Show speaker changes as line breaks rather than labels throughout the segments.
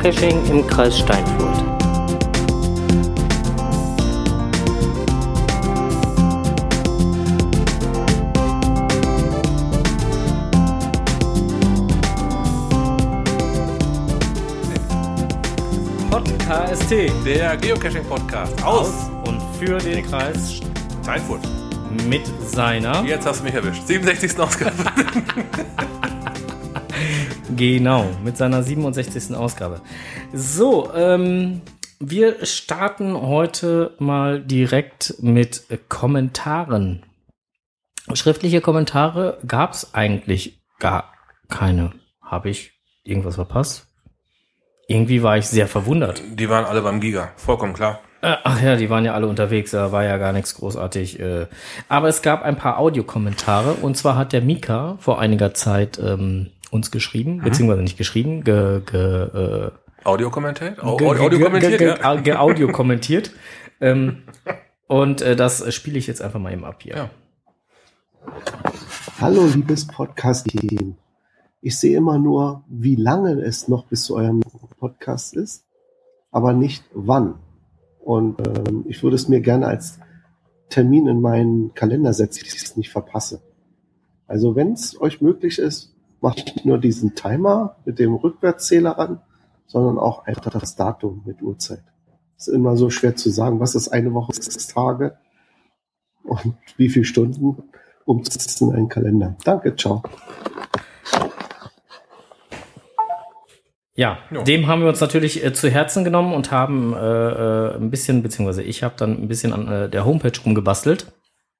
Geocaching im Kreis Steinfurt.
Podcast,
der Geocaching-Podcast aus
und für den Kreis
Steinfurt.
Mit seiner...
Jetzt hast du mich erwischt. 67. Ausgabe.
Genau, mit seiner 67. Ausgabe. So, wir starten heute mal direkt mit Kommentaren. Schriftliche Kommentare gab es eigentlich gar keine. Habe ich irgendwas verpasst? Irgendwie war ich sehr verwundert.
Die waren alle beim Giga, vollkommen klar.
Ach ja, die waren ja alle unterwegs, da war ja gar nichts großartig. Aber es gab ein paar Audiokommentare, und zwar hat der Mika vor einiger Zeit uns geschrieben, beziehungsweise nicht geschrieben,
Audio kommentiert? Audio kommentiert?
Audio kommentiert. Und das spiele ich jetzt einfach mal eben ab hier.
Ja.
Hallo, liebes Podcast-Team. Ich sehe immer nur, wie lange es noch bis zu eurem Podcast ist, aber nicht wann. Und ich würde es mir gerne als Termin in meinen Kalender setzen, dass ich es nicht verpasse. Also wenn es euch möglich ist, macht nicht nur diesen Timer mit dem Rückwärtszähler an, sondern auch einfach das Datum mit Uhrzeit. Es ist immer so schwer zu sagen, was ist eine Woche, 6 Tage und wie viele Stunden umzusetzen in einen Kalender. Danke, ciao.
Ja, dem haben wir uns natürlich zu Herzen genommen und haben ein bisschen, beziehungsweise ich habe dann ein bisschen an der Homepage rumgebastelt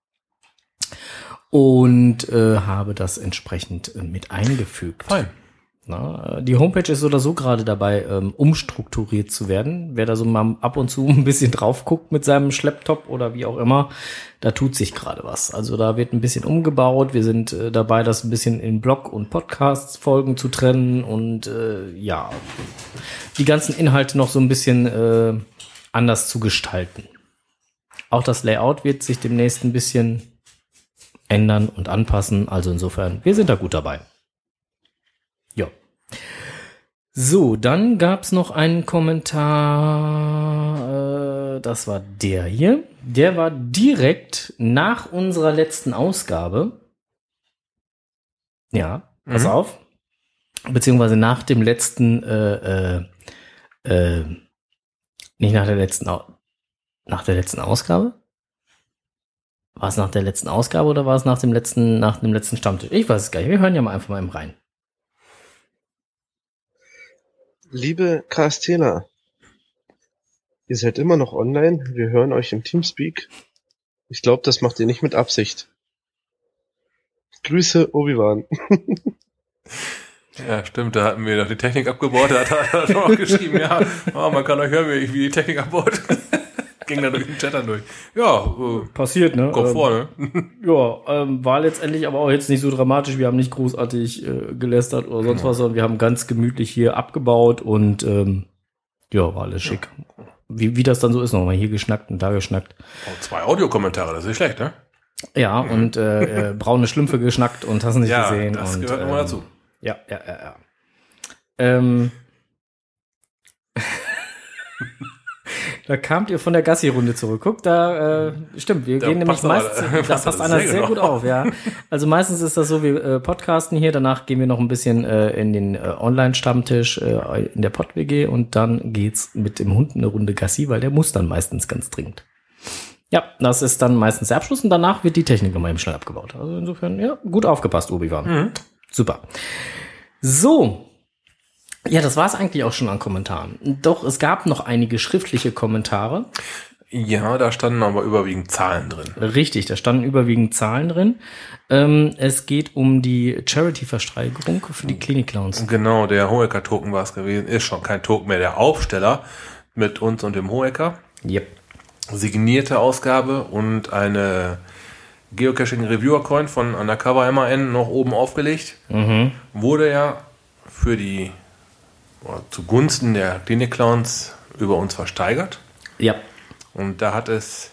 und habe das entsprechend mit eingefügt.
Fein.
Na, die Homepage ist so oder so gerade dabei, umstrukturiert zu werden. Wer da so mal ab und zu ein bisschen drauf guckt mit seinem Schlepptop oder wie auch immer, da tut sich gerade was. Also da wird ein bisschen umgebaut. Wir sind dabei, das ein bisschen in Blog- und Podcast-Folgen zu trennen und ja, die ganzen Inhalte noch so ein bisschen anders zu gestalten. Auch das Layout wird sich demnächst ein bisschen ändern und anpassen. Also insofern, wir sind da gut dabei. Ja. So, dann gab's noch einen Kommentar, das war der hier. Der war direkt nach unserer letzten Ausgabe. Ja, pass auf. Beziehungsweise nach dem letzten, nicht nach der letzten, nach der letzten Ausgabe? War es nach der letzten Ausgabe oder war es nach dem letzten Stammtisch? Ich weiß es gar nicht. Wir hören ja mal einfach mal rein.
Liebe KSTler, ihr seid immer noch online, wir hören euch im Teamspeak. Ich glaube, das macht ihr nicht mit Absicht. Grüße, Obi-Wan.
Ja, stimmt, da hatten wir noch die Technik abgebaut, da hat er noch geschrieben, ja, man kann euch hören, wie die Technik abbaut. Ging da durch den Chat dann durch. Ja,
passiert, ne?
Komfort, ne?
Ja, war letztendlich aber auch jetzt nicht so dramatisch. Wir haben nicht großartig gelästert oder sonst was, sondern wir haben ganz gemütlich hier abgebaut und ja, war alles schick. Wie das dann so ist, nochmal hier geschnackt und da geschnackt.
Oh, 2 Audiokommentare, das ist nicht schlecht, ne?
Ja, und braune Schlümpfe geschnackt und hast nicht gesehen.
Ja, das
und,
gehört immer dazu.
Ja. Da kamt ihr von der Gassi-Runde zurück. Guck, da stimmt, wir gehen nämlich meistens, da passt einer sehr gut auf, ja. Also meistens ist das so, wir podcasten hier, danach gehen wir noch ein bisschen in den Online-Stammtisch in der Pod-WG und dann geht's mit dem Hund eine Runde Gassi, weil der muss dann meistens ganz dringend. Ja, das ist dann meistens der Abschluss und danach wird die Technik immer eben schnell abgebaut. Also insofern, ja, gut aufgepasst, Obi-Wan. Super. So. Ja, das war es eigentlich auch schon an Kommentaren. Doch es gab noch einige schriftliche Kommentare.
Ja, da standen aber überwiegend Zahlen drin.
Richtig, da standen überwiegend Zahlen drin. Es geht um die Charity-Versteigerung für die Klinik-Clowns.
Genau, der Hohecker-Token war es gewesen. Ist schon kein Token mehr, der Aufsteller mit uns und dem Hohecker.
Yep.
Signierte Ausgabe und eine Geocaching-Reviewer-Coin von Undercover MAN noch oben aufgelegt. Wurde ja für die zugunsten der Klinik-Clowns über uns versteigert.
Ja.
Und da hat es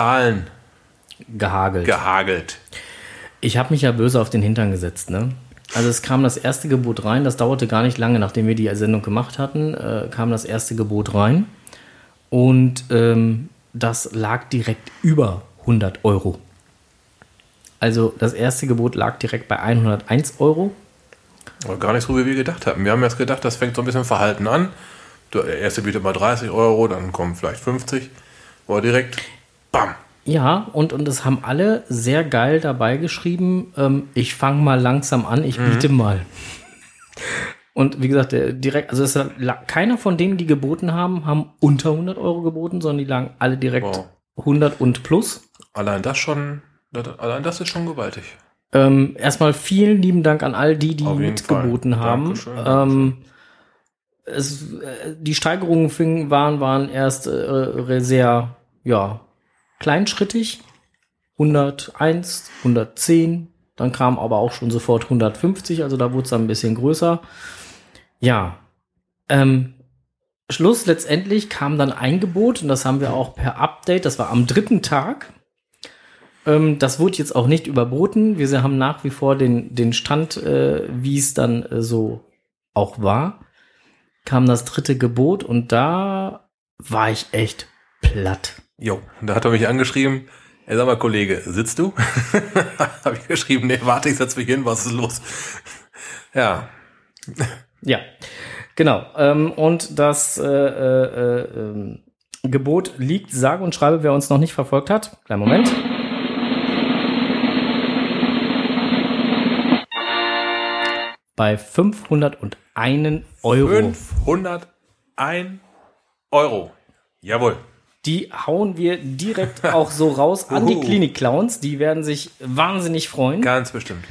Zahlen
gehagelt.
gehagelt.
Ich habe mich ja böse auf den Hintern gesetzt, ne? Also es kam das erste Gebot rein, das dauerte gar nicht lange, nachdem wir die Sendung gemacht hatten, kam das erste Gebot rein und das lag direkt über 100 Euro. Also das erste Gebot lag direkt bei 101 Euro.
Aber gar nicht so, wie wir gedacht haben. Wir haben jetzt gedacht, das fängt so ein bisschen verhalten an. Der erste bietet mal 30 Euro, dann kommen vielleicht 50. Aber direkt, bam.
Ja, und es haben alle sehr geil dabei geschrieben, ich fange mal langsam an, ich biete mal. Und wie gesagt, direkt, also keiner von denen, die geboten haben unter 100 Euro geboten, sondern die lagen alle direkt 100 und plus.
Allein das ist schon gewaltig.
Erstmal vielen lieben Dank an all die mitgeboten haben.
Dankeschön.
Die Steigerungen waren erst sehr, kleinschrittig. 101, 110, dann kam aber auch schon sofort 150, also da wurde es dann ein bisschen größer. Ja, Schluss letztendlich kam dann ein Gebot und das haben wir auch per Update, das war am 3. Tag. Das wurde jetzt auch nicht überboten. Wir haben nach wie vor den Stand, wie es dann so auch war. Kam das 3. Gebot und da war ich echt platt.
Jo, und da hat er mich angeschrieben, sag mal Kollege, sitzt du? Habe ich geschrieben, nee, warte, ich setz mich hin, was ist los? Ja.
Ja, genau. Und das Gebot liegt, sage und schreibe, wer uns noch nicht verfolgt hat. Kleinen Moment. Bei 501 Euro.
501 Euro. Jawohl.
Die hauen wir direkt auch so raus an die Klinik-Clowns. Die werden sich wahnsinnig freuen.
Ganz bestimmt.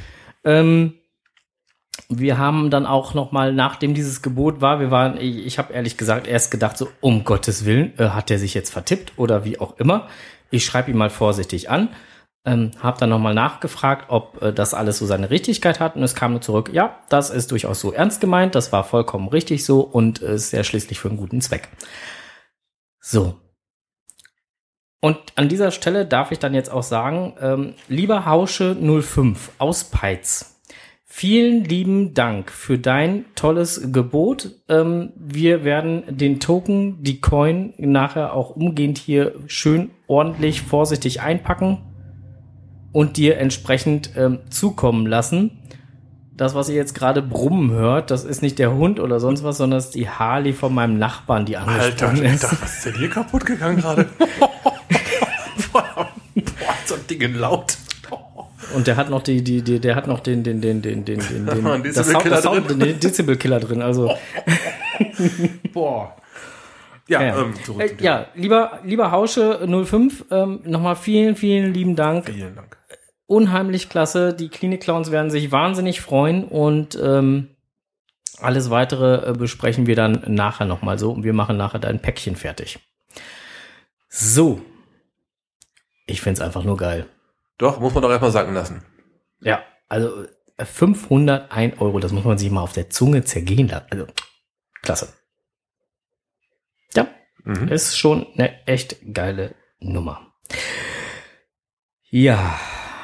Wir haben dann auch noch mal, nachdem dieses Gebot war, ich habe ehrlich gesagt erst gedacht, so um Gottes Willen, hat der sich jetzt vertippt oder wie auch immer. Ich schreibe ihn mal vorsichtig an. Habe dann noch mal nachgefragt, ob das alles so seine Richtigkeit hat und es kam nur zurück, ja, das ist durchaus so ernst gemeint, das war vollkommen richtig so und ist ja schließlich für einen guten Zweck. So. Und an dieser Stelle darf ich dann jetzt auch sagen, lieber Hausche 05 aus Peitz, vielen lieben Dank für dein tolles Gebot. Wir werden den Token, die Coin, nachher auch umgehend hier schön ordentlich vorsichtig einpacken und dir entsprechend zukommen lassen. Das, was ihr jetzt gerade brummen hört, das ist nicht der Hund oder sonst was, sondern das ist die Harley von meinem Nachbarn, die angesprungen ist.
Alter, was ist denn hier kaputt gegangen gerade? Boah, so ein Ding laut.
Und der hat noch den Dezibelkiller drin, also.
Boah. Ja, zurück zum Thema.
Lieber Hausche 05, nochmal vielen, vielen lieben Dank.
Vielen Dank.
Unheimlich klasse. Die Klinik-Clowns werden sich wahnsinnig freuen und alles weitere besprechen wir dann nachher nochmal so und wir machen nachher dein Päckchen fertig. So. Ich find's einfach nur geil.
Doch, muss man doch erstmal sacken lassen.
Ja, also 501 Euro, das muss man sich mal auf der Zunge zergehen lassen. Also, klasse. Ja, ist schon eine echt geile Nummer. Ja.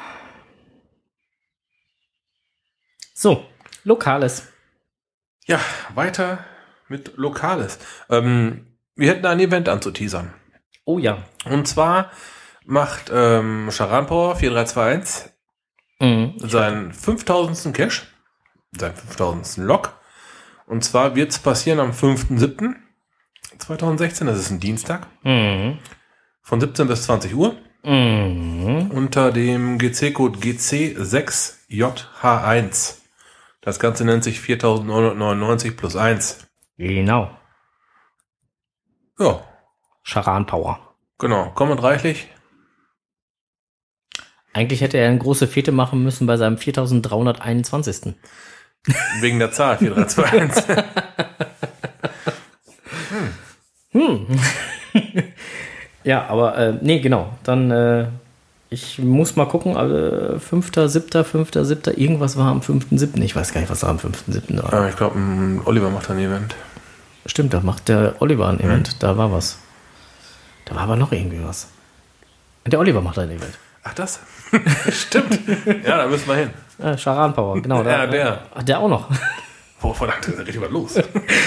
So, Lokales.
Ja, weiter mit Lokales. Wir hätten ein Event anzuteasern.
Oh ja.
Und zwar macht Charan-Power 4321 seinen 5000. Cash, seinen 5000. Log. Und zwar wird es passieren am 5.7.2016, das ist ein Dienstag, von 17 bis 20 Uhr, unter dem GC-Code GC6JH1. Das Ganze nennt sich 4.999 plus 1.
Genau.
Ja.
Charan-Power.
Genau, kommt reichlich.
Eigentlich hätte er eine große Fete machen müssen bei seinem 4321.
Wegen der Zahl 4321.
Ja, aber nee, genau. Dann, ich muss mal gucken, 5.7., irgendwas war am 5.7. Ich weiß gar nicht, was da am 5.7. war.
Ich glaube, Oliver macht ein Event.
Stimmt, da macht der Oliver ein Event. Da war was. Da war aber noch irgendwie was. Der Oliver macht ein Event.
Ach, das? Stimmt. Ja, da müssen wir hin.
Charan Power, genau.
Ja, der.
Der auch noch.
Oh, verdammt, da ist ja richtig was los.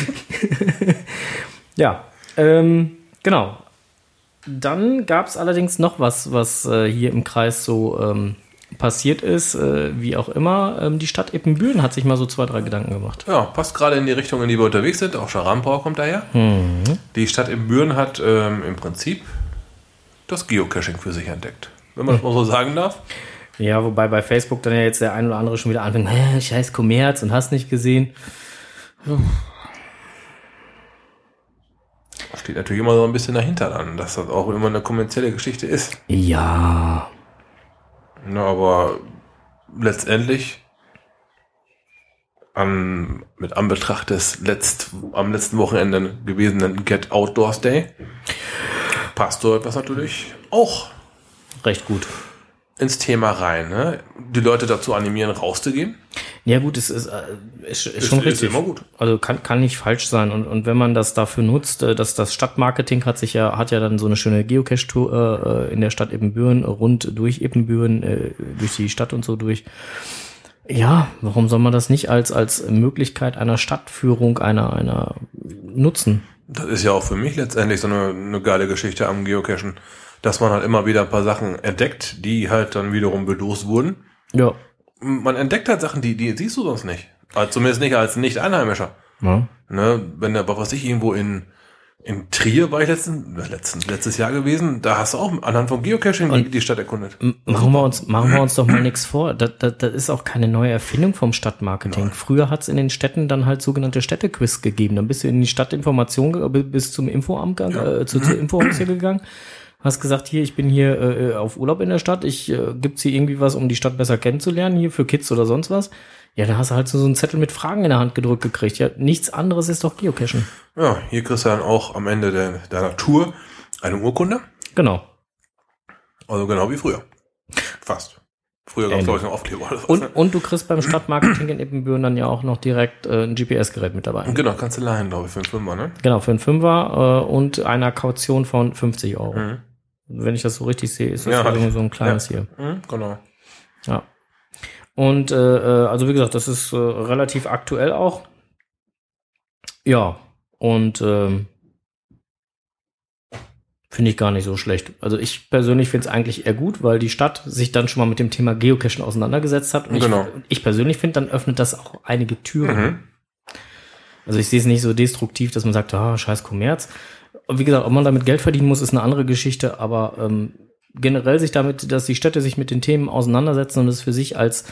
Ja, genau. Dann gab es allerdings noch was hier im Kreis so passiert ist, wie auch immer. Die Stadt Ippenbüren hat sich mal so 2, 3 Gedanken gemacht.
Ja, passt gerade in die Richtung, in die wir unterwegs sind. Auch Charan Power kommt daher. Die Stadt Ippenbüren hat im Prinzip das Geocaching für sich entdeckt. Wenn man das mal so sagen darf.
Ja, wobei bei Facebook dann ja jetzt der ein oder andere schon wieder anfängt, scheiß Kommerz und hast nicht gesehen.
Steht natürlich immer so ein bisschen dahinter dann, dass das auch immer eine kommerzielle Geschichte ist.
Ja.
Na, aber letztendlich mit Anbetracht des am letzten Wochenende gewesenen Get Outdoors Day passt so etwas natürlich auch
Recht gut.
ins Thema rein. Ne? Die Leute dazu animieren, rauszugehen.
Ja gut, es ist schon richtig.
Ist immer gut.
Also kann nicht falsch sein. Und wenn man das dafür nutzt, dass das Stadtmarketing hat ja dann so eine schöne Geocache-Tour in der Stadt Ippenbüren, rund durch Ippenbüren, durch die Stadt und so durch. Ja, warum soll man das nicht als Möglichkeit einer Stadtführung einer nutzen?
Das ist ja auch für mich letztendlich so eine geile Geschichte am Geocachen, dass man halt immer wieder ein paar Sachen entdeckt, die halt dann wiederum belost wurden.
Ja.
Man entdeckt halt Sachen, die siehst du sonst nicht. Also zumindest nicht als Nicht-Einheimischer.
Ja.
Ne, wenn der, was ich, irgendwo in Trier war ich letztes Jahr gewesen, da hast du auch anhand von Geocaching die Stadt erkundet.
Machen wir uns doch mal nichts vor. Das ist auch keine neue Erfindung vom Stadtmarketing.
Nein.
Früher hat es in den Städten dann halt sogenannte Städtequiz gegeben. Dann bist du in die Stadtinformation bis zum Infoamt zur Infohaus hier gegangen. Hast gesagt, hier, ich bin hier auf Urlaub in der Stadt, gibt's hier irgendwie was, um die Stadt besser kennenzulernen, hier für Kids oder sonst was? Ja, dann hast du halt so einen Zettel mit Fragen in der Hand gedrückt gekriegt. Ja, nichts anderes ist doch Geocachen.
Ja, hier kriegst du dann auch am Ende deiner Tour eine Urkunde.
Genau.
Also genau wie früher. Fast. Früher gab es, glaube ich, noch Aufkleber. Oder sowas, ne?
Und du kriegst beim Stadtmarketing in Ippenbüren dann ja auch noch direkt ein GPS-Gerät mit dabei.
Genau, kannst du leihen, glaube ich, für einen Fünfer, ne?
Genau, für einen Fünfer und einer Kaution von 50 Euro.
Mhm.
Wenn ich das so richtig sehe, ist das
Ja,
so ein kleines hier.
Genau.
Ja. Und also wie gesagt, das ist relativ aktuell auch. Ja, und finde ich gar nicht so schlecht. Also ich persönlich finde es eigentlich eher gut, weil die Stadt sich dann schon mal mit dem Thema Geocachen auseinandergesetzt hat. Und
genau.
ich persönlich finde, dann öffnet das auch einige Türen. Also ich sehe es nicht so destruktiv, dass man sagt, scheiß Kommerz. Und wie gesagt, ob man damit Geld verdienen muss, ist eine andere Geschichte, aber generell dass die Städte sich mit den Themen auseinandersetzen und es für sich als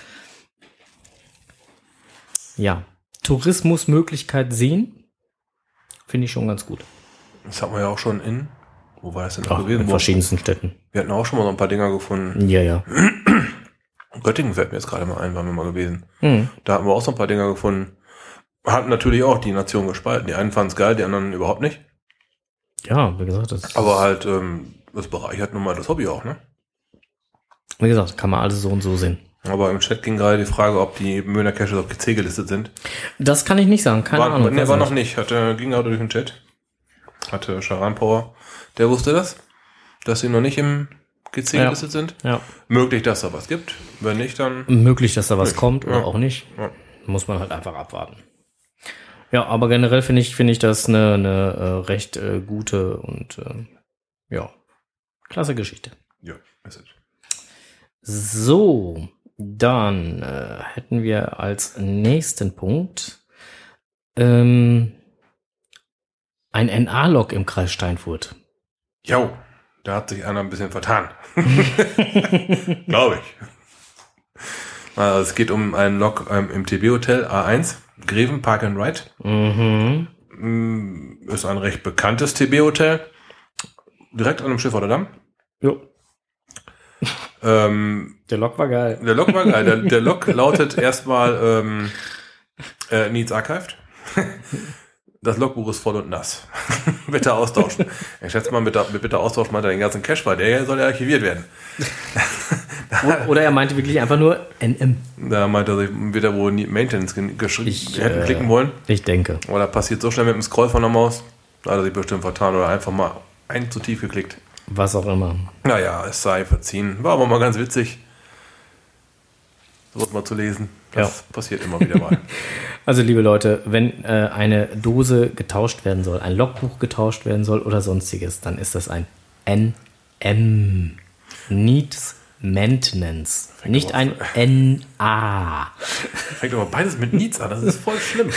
Tourismusmöglichkeit sehen, finde ich schon ganz gut.
Das hat man ja auch schon wo war das denn noch gewesen?
In verschiedensten Städten.
Wir hatten auch schon mal so ein paar Dinger gefunden.
Ja.
Göttingen fällt mir jetzt gerade mal ein, waren wir mal gewesen.
Mhm.
Da hatten wir auch so ein paar Dinger gefunden. Hatten natürlich auch die Nation gespalten. Die einen fanden es geil, die anderen überhaupt nicht.
Ja, wie gesagt, das
Aber halt, das bereichert nun mal das Hobby auch, ne?
Wie gesagt, kann man alles so und so sehen.
Aber im Chat ging gerade die Frage, ob die Möhner Caches auf GC gelistet sind.
Das kann ich nicht sagen, keine Ahnung.
Ne, war noch nicht. Ging gerade durch den Chat. Hatte Charan Power. Der wusste das, dass sie noch nicht im GC gelistet sind. Ja. Möglich, dass da was gibt. Wenn nicht, dann...
Möglich, dass da was kommt oder auch nicht.
Ja.
Muss man halt einfach abwarten. Ja, aber generell finde ich das eine recht gute und klasse Geschichte.
Ja, ist es.
So, dann hätten wir als nächsten Punkt ein NA-Log im Kreis Steinfurt.
Jo, da hat sich einer ein bisschen vertan. Glaube ich. Also es geht um einen Log im TB-Hotel A1, Greven Park and Ride. Ist ein recht bekanntes TB-Hotel. Direkt an einem Schifferdamm.
Jo. Der Log war geil.
Der Log war geil. Der Log lautet erstmal Needs Archived. Das Logbuch ist voll und nass. Bitte austauschen. Ich schätze mal, mit bitte austauschen meint er den ganzen Cache, weil der soll ja archiviert werden.
Oder er meinte wirklich einfach nur NM.
Da meinte er, wird er wohl Maintenance hätten klicken wollen.
Ich denke.
Oder passiert so schnell mit dem Scroll von der Maus. Da hat er sich bestimmt vertan oder einfach mal zu tief geklickt.
Was auch immer.
Naja, es sei verziehen. War aber mal ganz witzig. sowas mal zu lesen. Das passiert immer wieder mal.
Also liebe Leute, wenn eine Dose getauscht werden soll, ein Logbuch getauscht werden soll oder sonstiges, dann ist das ein NM. Needs Maintenance. Nicht ein NA.
Fängt aber beides mit Needs an, das ist voll schlimm.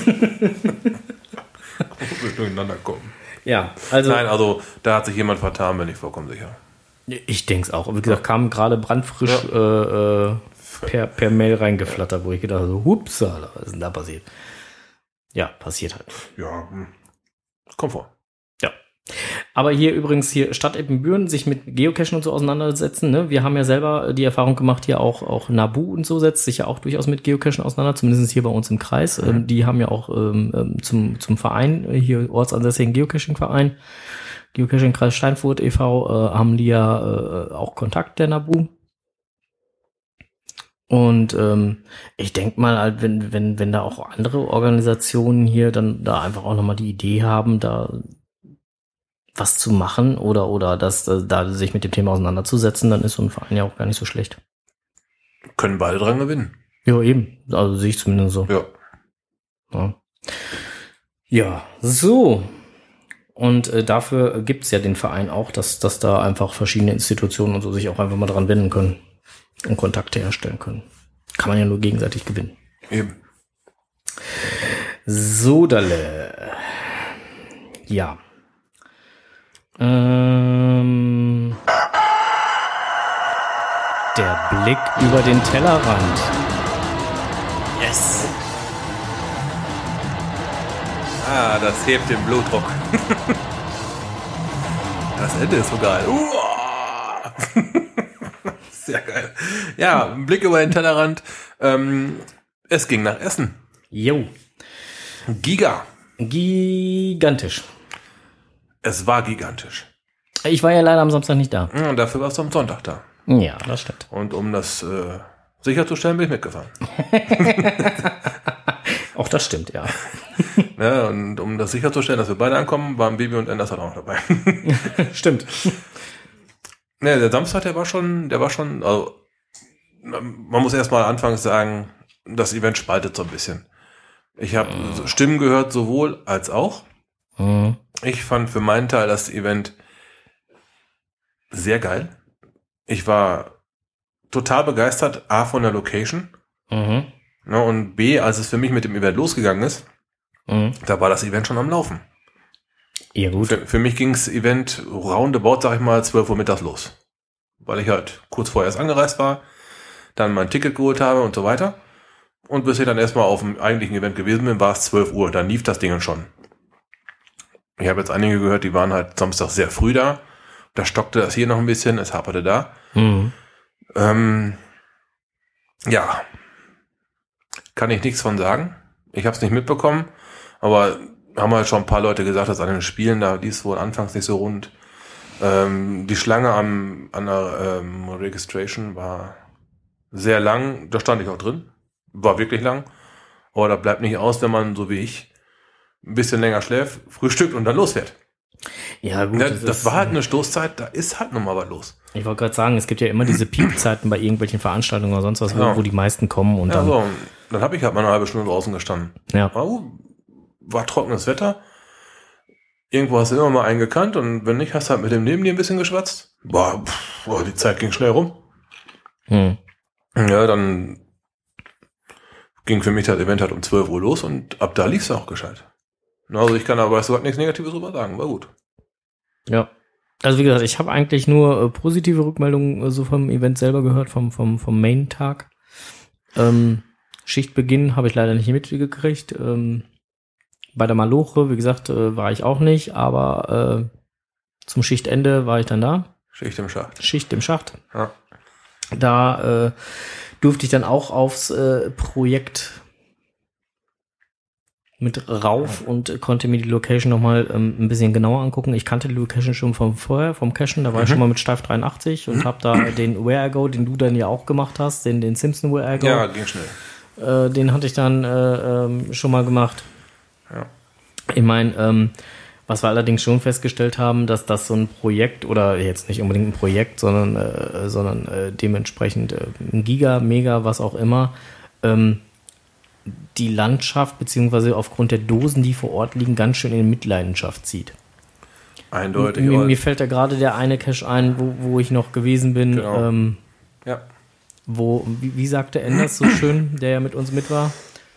Wir durcheinander kommen.
Ja, also.
Nein, also da hat sich jemand vertan, bin ich vollkommen sicher.
Ich denke es auch. Wie gesagt, kam gerade brandfrisch per Mail reingeflattert, wo ich gedacht habe, so, hupsala, was ist denn da passiert? Ja, passiert halt.
Ja, das kommt vor.
Ja. Aber hier übrigens, Stadt Ippenbüren, sich mit Geocachen und so auseinandersetzen, ne? Wir haben ja selber die Erfahrung gemacht, hier auch Nabu und so setzt sich ja auch durchaus mit Geocachen auseinander, zumindest hier bei uns im Kreis. Die haben ja auch zum Verein, hier ortsansässigen Geocaching-Verein, Geocaching-Kreis Steinfurt e.V., haben die ja auch Kontakt, der Nabu. Und ich denke mal, halt, wenn da auch andere Organisationen hier dann da einfach auch nochmal die Idee haben, da was zu machen oder das da sich mit dem Thema auseinanderzusetzen, dann ist so ein Verein ja auch gar nicht so schlecht.
Können beide dran gewinnen.
Ja, eben. Also sehe ich zumindest so.
Ja.
Ja, so. Und dafür gibt's ja den Verein auch, dass da einfach verschiedene Institutionen und so sich auch einfach mal dran wenden können und Kontakte herstellen können. Kann man ja nur gegenseitig gewinnen.
Eben.
Sodale. Ja. Der Blick über den Tellerrand. Yes.
Ah, das hebt den Blutdruck. Das Ende ist so geil. Sehr geil. Ja, ein Blick über den Tellerrand. Es ging nach Essen.
Jo. Gigantisch.
Es war gigantisch.
Ich war ja leider am Samstag nicht da.
Und dafür warst du am Sonntag da.
Ja, das stimmt.
Und um das sicherzustellen, bin ich mitgefahren.
Auch das stimmt, ja.
Ja, und um das sicherzustellen, dass wir beide ankommen, waren Bibi und Anders auch noch dabei.
Stimmt.
Ne, der Samstag, der war schon, also, man muss erstmal anfangs sagen, das Event spaltet so ein bisschen. Ich habe Stimmen gehört, sowohl als auch. Ich fand für meinen Teil das Event sehr geil. Ich war total begeistert, A, von der Location. Ne, und B, als es für mich mit dem Event losgegangen ist, da war das Event schon am Laufen.
Ja, gut.
Für mich ging das Event roundabout, sag ich mal, 12 Uhr mittags los. Weil ich halt kurz vorher erst angereist war, dann mein Ticket geholt habe und so weiter. Und bis ich dann erstmal auf dem eigentlichen Event gewesen bin, war es 12 Uhr. Dann lief das Ding schon. Ich habe jetzt einige gehört, die waren halt Samstag sehr früh da. Da stockte das hier noch ein bisschen, es haperte da. Ja, kann ich nichts von sagen. Ich habe es nicht mitbekommen, aber haben halt schon ein paar Leute gesagt, dass an den Spielen, da lief wohl anfangs nicht so rund. Die Schlange an der Registration war sehr lang, da stand ich auch drin. War wirklich lang. Aber da bleibt nicht aus, wenn man, so wie ich, ein bisschen länger schläft, frühstückt und dann losfährt.
Ja, gut.
Das war halt eine Stoßzeit, da ist halt nochmal was los.
Ich wollte gerade sagen, es gibt ja immer diese Peakzeiten bei irgendwelchen Veranstaltungen oder sonst was, wo die meisten kommen. Und dann,
so, dann habe ich halt mal eine halbe Stunde draußen gestanden.
Ja.
War trockenes Wetter. Irgendwo hast du immer mal einen gekannt und wenn nicht, hast du halt mit dem neben dir ein bisschen geschwatzt. Die Zeit ging schnell rum. Ja, dann ging für mich das Event halt um 12 Uhr los und ab da lief es auch gescheit. Also ich kann aber nichts Negatives drüber sagen, war gut.
Ja. Also wie gesagt, ich habe eigentlich nur positive Rückmeldungen so vom Event selber gehört, vom Main-Tag. Schichtbeginn habe ich leider nicht mitgekriegt. Bei der Maloche, wie gesagt, war ich auch nicht, aber zum Schichtende war ich dann da.
Schicht im Schacht. Ja.
Da durfte ich dann auch aufs Projekt mit rauf und konnte mir die Location nochmal ein bisschen genauer angucken. Ich kannte die Location schon vom Cachen, da war ich schon mal mit Steif 83 und habe da den Where I Go, den du dann ja auch gemacht hast, den Simpson Where I Go.
Ja, ging schnell.
Den hatte ich dann schon mal gemacht.
Ja.
Ich meine, Was wir allerdings schon festgestellt haben, dass das so ein Projekt oder jetzt nicht unbedingt ein Projekt, sondern dementsprechend ein Giga, Mega, was auch immer, die Landschaft beziehungsweise aufgrund der Dosen, die vor Ort liegen, ganz schön in Mitleidenschaft zieht.
Eindeutig.
Mir fällt da gerade der eine Cache ein, wo ich noch gewesen bin.
Genau. Ja.
Wie sagte Enders so schön, der ja mit uns mit war?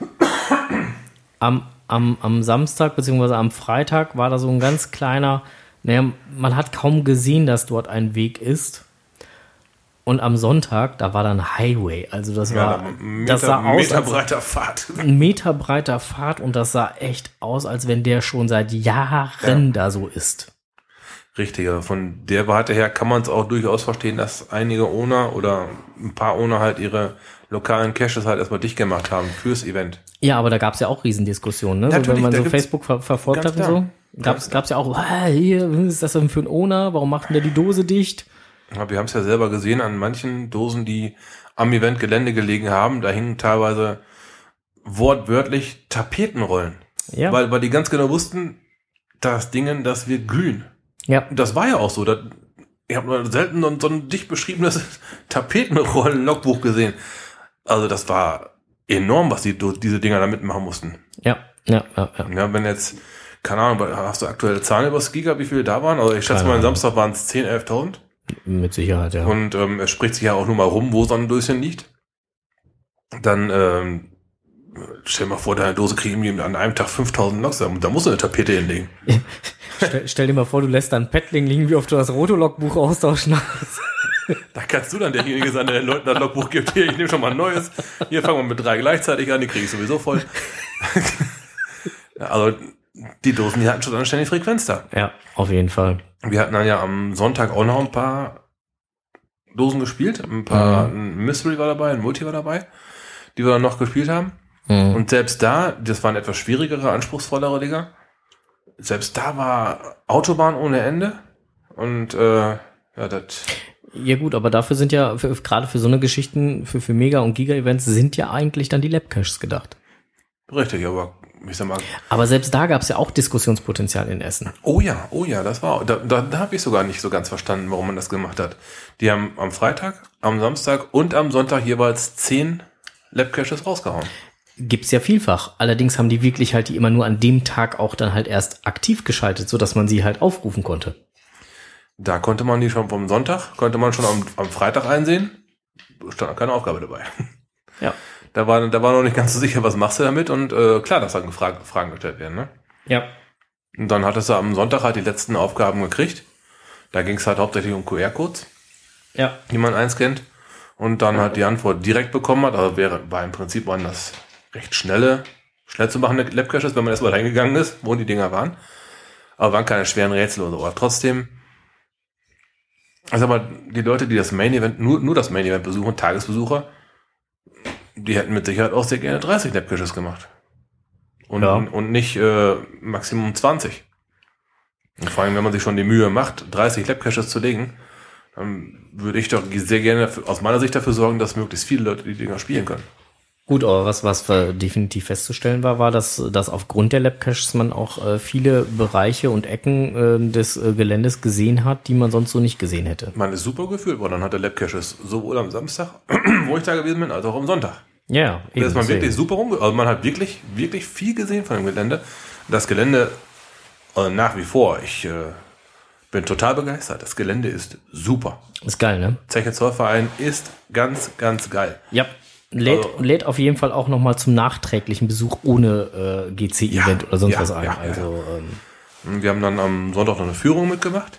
Am Samstag bzw. am Freitag war da so ein ganz kleiner, man hat kaum gesehen, dass dort ein Weg ist. Und am Sonntag, da war dann Highway. Also das sah aus
Meter breiter Pfad.
Ein Meter breiter Pfad und das sah echt aus, als wenn der schon seit Jahren da so ist.
Richtig, also von der Warte her kann man es auch durchaus verstehen, dass einige Owner oder ein paar Owner halt ihre lokalen Caches halt erstmal dicht gemacht haben fürs Event.
Ja, aber da gab es ja auch Riesendiskussionen, ne? So, wenn man so Facebook verfolgt hat und so, gab's ja auch, hier, was ist das denn für ein Owner? Warum macht denn der die Dose dicht?
Ja, wir haben es ja selber gesehen an manchen Dosen, die am Eventgelände gelegen haben. Da hingen teilweise wortwörtlich Tapetenrollen.
Ja.
Weil die ganz genau wussten, das wird glühen.
Ja.
Das war ja auch so. Ich habe nur selten so ein dicht beschriebenes Tapetenrollen-Logbuch gesehen. Also das war enorm, was diese Dinger da mitmachen mussten.
Ja.
Ja, wenn jetzt, keine Ahnung, hast du aktuelle Zahlen über das Giga, wie viele da waren? Also ich schätze mal, am Samstag waren es 10.000, 11.000.
Mit Sicherheit, ja.
Und es spricht sich ja auch nur mal rum, wo so ein Döschen liegt. Dann stell dir mal vor, deine Dose kriegen die an einem Tag 5.000 Loks. Da musst du eine Tapete hinlegen.
Stell dir mal vor, du lässt da ein Paddling liegen, wie oft du das Rotologbuch austauschen hast.
Da kannst du dann derjenige sein, der den Leuten das Logbuch gibt. Hier, ich nehme schon mal ein neues. Hier fangen wir mit 3 gleichzeitig an, die kriege ich sowieso voll. Also die Dosen, die hatten schon eine ständige Frequenz da.
Ja, auf jeden Fall.
Wir hatten dann ja am Sonntag auch noch ein paar Dosen gespielt. Ein Mystery war dabei, ein Multi war dabei, die wir dann noch gespielt haben. Mhm. Und selbst da, das waren etwas schwierigere, anspruchsvollere Dinger. Selbst da war Autobahn ohne Ende. Und das...
Ja gut, aber dafür sind ja, gerade für so eine Geschichten, für Mega- und Giga-Events sind ja eigentlich dann die Lab-Caches gedacht.
Richtig, aber ich sag mal...
Aber selbst da gab es ja auch Diskussionspotenzial in Essen.
Oh ja, das war... Da habe ich sogar nicht so ganz verstanden, warum man das gemacht hat. Die haben am Freitag, am Samstag und am Sonntag jeweils 10 Lab-Caches rausgehauen.
Gibt's ja vielfach. Allerdings haben die wirklich halt die immer nur an dem Tag auch dann halt erst aktiv geschaltet, sodass man sie halt aufrufen konnte.
Da konnte man die schon vom Sonntag, konnte man schon am Freitag einsehen. Stand noch keine Aufgabe dabei.
Ja.
Da war noch nicht ganz so sicher, was machst du damit? Und klar, dass dann Fragen gestellt werden, ne?
Ja.
Und dann hattest du am Sonntag halt die letzten Aufgaben gekriegt. Da ging es halt hauptsächlich um QR-Codes.
Ja.
Die man einscannt. Und dann halt die Antwort direkt bekommen hat. Also war im Prinzip waren das recht schnell zu machen, Lab-Caches, wenn man erstmal reingegangen ist, wo die Dinger waren. Aber waren keine schweren Rätsel oder so. Aber trotzdem, also aber die Leute, die das Main-Event, nur das Main-Event besuchen, Tagesbesucher, die hätten mit Sicherheit auch sehr gerne 30 Lab-Caches gemacht. Und nicht Maximum 20. Und vor allem, wenn man sich schon die Mühe macht, 30 Lab-Caches zu legen, dann würde ich doch sehr gerne aus meiner Sicht dafür sorgen, dass möglichst viele Leute die Dinger spielen können.
Gut, aber was definitiv festzustellen war, dass aufgrund der Lab-Caches man auch viele Bereiche und Ecken des Geländes gesehen hat, die man sonst so nicht gesehen hätte.
Man ist super gefühlt worden, dann hat der Lab-Caches sowohl am Samstag, wo ich da gewesen bin, als auch am Sonntag.
Ja,
eben. Da ist man wirklich super also man hat wirklich, wirklich viel gesehen von dem Gelände. Das Gelände, nach wie vor, ich bin total begeistert. Das Gelände ist super.
Ist geil, ne?
Zeche Zollverein ist ganz, ganz geil.
Ja. Lädt auf jeden Fall auch nochmal zum nachträglichen Besuch ohne GC-Event oder sonst was ein.
Wir haben dann am Sonntag noch eine Führung mitgemacht.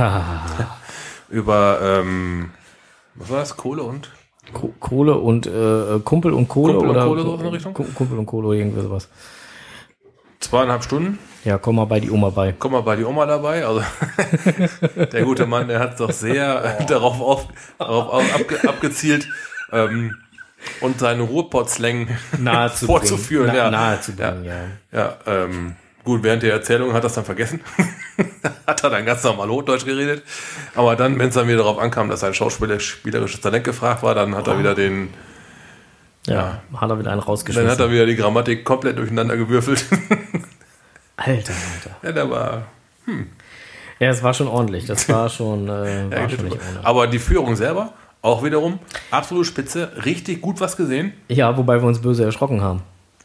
Über, was war das? Kohle und?
Kohle und Kumpel und Kohle.
Kumpel
oder
und Kohle, so in der Richtung?
Kumpel und Kohle, irgendwie sowas.
2,5 Stunden.
Ja, komm mal bei die Oma bei.
Komm mal bei die Oma dabei. Also der gute Mann, der hat doch sehr darauf abgezielt, und seine Ruhrpott-Slang vorzuführen.
Nahezubringen.
Gut, während der Erzählung hat er es dann vergessen. Hat er dann ganz normal Hochdeutsch geredet. Aber dann, wenn es dann wieder darauf ankam, dass sein schauspielerisches Talent gefragt war, dann hat er wieder
hat er wieder einen rausgeschmissen.
Dann hat er wieder die Grammatik komplett durcheinander gewürfelt.
Alter.
Ja, der war
Ja, es war schon ordentlich. Das war schon, war schon nicht ohne.
Aber die Führung selber, auch wiederum, absolut spitze, richtig gut was gesehen.
Ja, wobei wir uns böse erschrocken haben.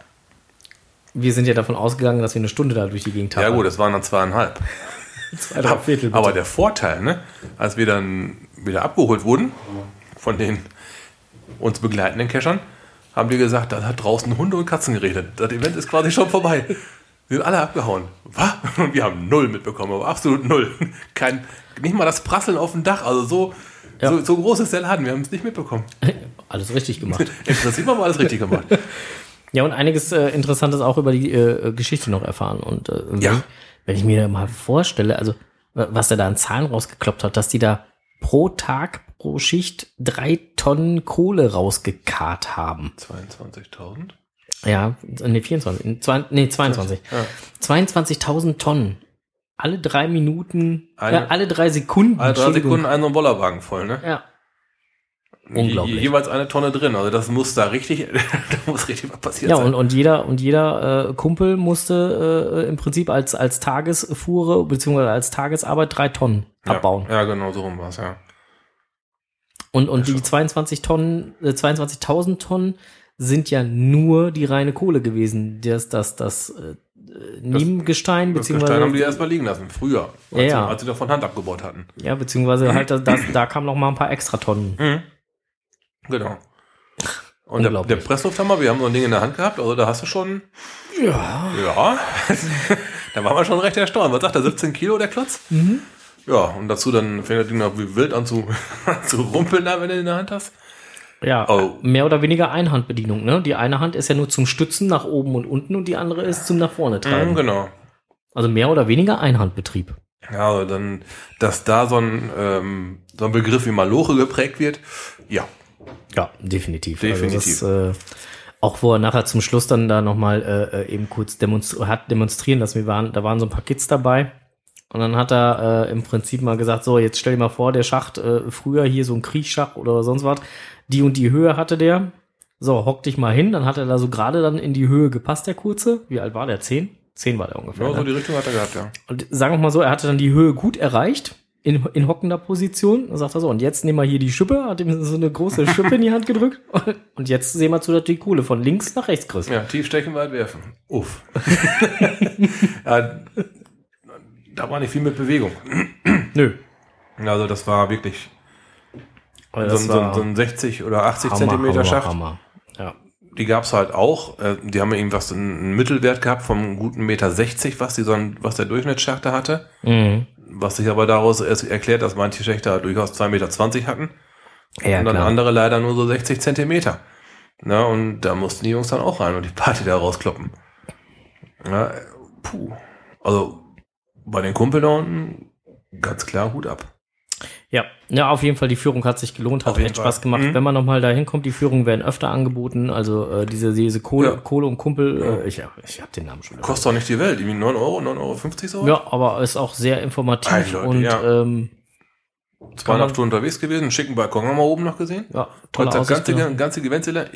Wir sind ja davon ausgegangen, dass wir eine Stunde da durch die Gegend haben.
Ja gut, es waren dann 2,5.
2,3 Viertel.
Aber der Vorteil, ne, als wir dann wieder abgeholt wurden von den uns begleitenden Keschern, haben die gesagt, da hat draußen Hunde und Katzen geregnet. Das Event ist quasi schon vorbei. Die sind alle abgehauen. Was? Und wir haben 0 mitbekommen, aber absolut 0. Nicht mal das Prasseln auf dem Dach. Also so großes der Laden. Wir haben es nicht mitbekommen.
Alles richtig gemacht.
Im Prinzip haben wir alles richtig gemacht.
Ja, und einiges Interessantes auch über die Geschichte noch erfahren. Und wenn ich mir mal vorstelle, also was der da an Zahlen rausgekloppt hat, dass die da pro Tag, pro Schicht 3 Tonnen Kohle rausgekarrt haben.
22.000?
Ja, nee, 22. Ja. 22.000 Tonnen. Alle 3 Minuten, alle 3 Sekunden.
Alle 3 Sekunden einen Bollerwagen voll, ne?
Ja. Unglaublich.
Jeweils 1 Tonne drin. Also das muss da richtig, da muss richtig was passiert sein.
Ja, und jeder Kumpel musste im Prinzip als Tagesfuhre bzw. als Tagesarbeit 3 Tonnen abbauen.
Ja, genau, so rum war es, ja.
Und die 22.000 Tonnen sind ja nur die reine Kohle gewesen. Das Niemgestein, beziehungsweise.
Das Gestein haben die erstmal liegen lassen, früher. Als sie das von Hand abgebaut hatten.
Ja, beziehungsweise halt, da kamen noch mal ein paar extra Tonnen.
Mhm. Genau. Und der Presslufthammer, wir haben so ein Ding in der Hand gehabt, also da hast du schon. Ja. Da waren wir schon recht erstaunt. Was sagt der, 17 Kilo, der Klotz? Mhm. Ja, und dazu dann fängt das Ding noch wie wild an zu rumpeln, wenn du in der Hand hast.
Ja, mehr oder weniger Einhandbedienung, ne? Die eine Hand ist ja nur zum Stützen nach oben und unten und die andere ist zum nach vorne treiben.
Genau.
Also mehr oder weniger Einhandbetrieb.
Ja, also dann, dass da so ein Begriff wie Maloche geprägt wird, ja.
Ja, definitiv. Also das, auch wo er nachher zum Schluss dann da nochmal eben kurz demonstrieren lassen. Da waren so ein paar Kids dabei. Und dann hat er im Prinzip mal gesagt, so, jetzt stell dir mal vor, der Schacht, früher hier so ein Kriechschacht oder sonst was, die und die Höhe hatte der. So, hock dich mal hin. Dann hat er da so gerade dann in die Höhe gepasst, der Kurze. Wie alt war der? 10? 10 war der ungefähr.
Ja, so die Richtung hat er gehabt, ja.
Und sagen wir mal so, er hatte dann die Höhe gut erreicht, in hockender Position. Dann sagt er so, und jetzt nehmen wir hier die Schippe, hat ihm so eine große Schippe in die Hand gedrückt. Und jetzt sehen wir zu, dass die Kohle von links nach rechts kriegst.
Ja, tief stechen, weit werfen. Uff. Ja, da war nicht viel mit Bewegung.
Nö.
Also das war wirklich so ein 60 oder 80 Zentimeter Schacht.
Hammer. Ja.
Die gab's halt auch. Die haben ja irgendwas einen Mittelwert gehabt vom guten 1,60 Meter, was der Durchschnittsschacht da hatte. Mhm. Was sich aber daraus erklärt, dass manche Schächte halt durchaus 2,20 Meter hatten. Ja, und dann andere leider nur so 60 Zentimeter. Na, und da mussten die Jungs dann auch rein und die Party da rauskloppen. Ja, also bei den Kumpeln da unten ganz klar Hut ab.
Ja, auf jeden Fall, die Führung hat sich gelohnt, hat echt Spaß gemacht. Mhm. Wenn man nochmal dahin kommt, die Führungen werden öfter angeboten, also diese Kohle und Kumpel, ich hab den Namen schon.
Kostet doch nicht die Welt, irgendwie 9,50 € so?
Ja, aber ist auch sehr informativ
Leute,
und
2,5 Stunden unterwegs gewesen, einen schicken Balkon haben wir oben noch gesehen.
Ja, tolle Aussicht,
ganze Eventsgelände.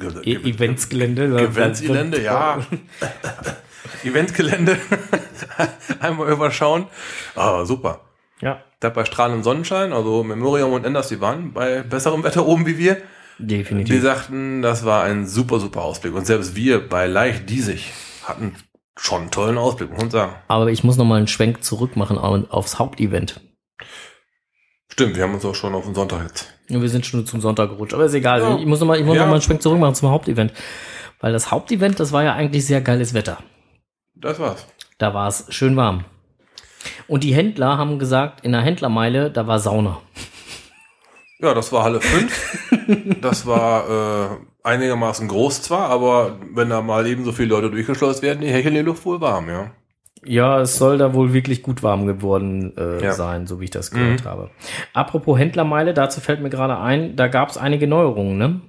Eventsgelände,
ja. Eventgelände. Einmal überschauen. Ah, super.
Ja.
Da bei strahlendem Sonnenschein, also Memoriam und Enders, die waren bei besserem Wetter oben wie wir.
Definitiv.
Die sagten, das war ein super, super Ausblick. Und selbst wir bei leicht diesig hatten schon einen tollen Ausblick, muss man sagen.
Aber ich muss nochmal einen Schwenk zurück machen aufs Hauptevent.
Stimmt, wir haben uns auch schon auf den Sonntag jetzt.
Ja, wir sind schon zum Sonntag gerutscht, aber ist egal. Ja. Ich muss noch mal einen Schwenk zurück machen zum Hauptevent. Weil das Hauptevent, das war ja eigentlich sehr geiles Wetter.
Das war's.
Da war es schön warm. Und die Händler haben gesagt, in der Händlermeile, da war Sauna.
Ja, das war Halle 5. Das war einigermaßen groß zwar, aber wenn da mal eben so viele Leute durchgeschleust werden, die hecheln die Luft wohl warm, ja.
Ja, es soll da wohl wirklich gut warm geworden sein, so wie ich das gehört habe. Apropos Händlermeile, dazu fällt mir gerade ein, da gab es einige Neuerungen, ne?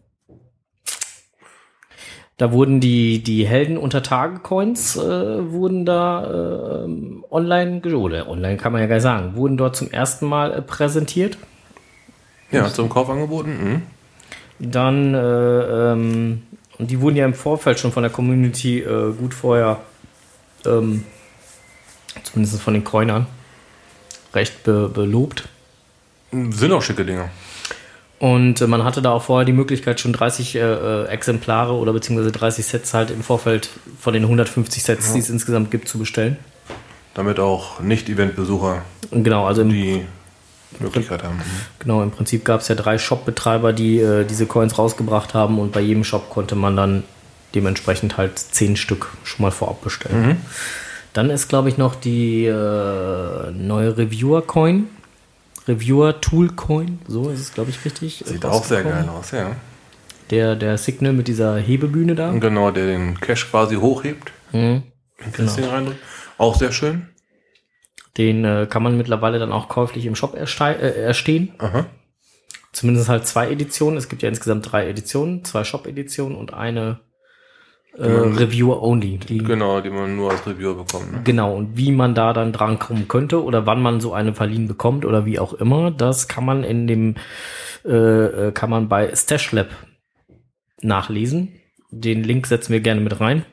Da wurden die Helden unter Tage-Coins wurden da online kann man ja gar nicht sagen, wurden dort zum ersten Mal präsentiert.
Ja, zum Kauf angeboten. Mhm.
Dann und die wurden ja im Vorfeld schon von der Community gut vorher Zumindest von den Coinern. Recht belobt.
Sind auch schicke Dinger.
Und man hatte da auch vorher die Möglichkeit, schon 30 Exemplare oder beziehungsweise 30 Sets halt im Vorfeld von den 150 Sets, die es insgesamt gibt, zu bestellen.
Damit auch Nicht-Event-Besucher
Genau, also
die Möglichkeit haben.
Genau, im Prinzip gab es ja 3 Shop-Betreiber, die diese Coins rausgebracht haben und bei jedem Shop konnte man dann dementsprechend halt 10 Stück schon mal vorab bestellen. Dann ist, glaube ich, noch die neue Reviewer-Coin. Reviewer-Tool-Coin, so ist es, glaube ich, richtig.
Sieht auch sehr geil aus, ja.
Der Signal mit dieser Hebebühne da.
Genau, der den Cash quasi hochhebt.
Genau.
Reindrückt. Auch sehr schön.
Den kann man mittlerweile dann auch käuflich im Shop erstehen.
Aha.
Zumindest halt 2 Editionen. Es gibt ja insgesamt 3 Editionen, 2 Shop-Editionen und eine Reviewer-Only.
Genau, die man nur als Reviewer bekommt. Ne?
Genau, und wie man da dann dran kommen könnte oder wann man so eine verliehen bekommt oder wie auch immer, das kann man in dem kann man bei Stash Lab nachlesen. Den Link setzen wir gerne mit rein.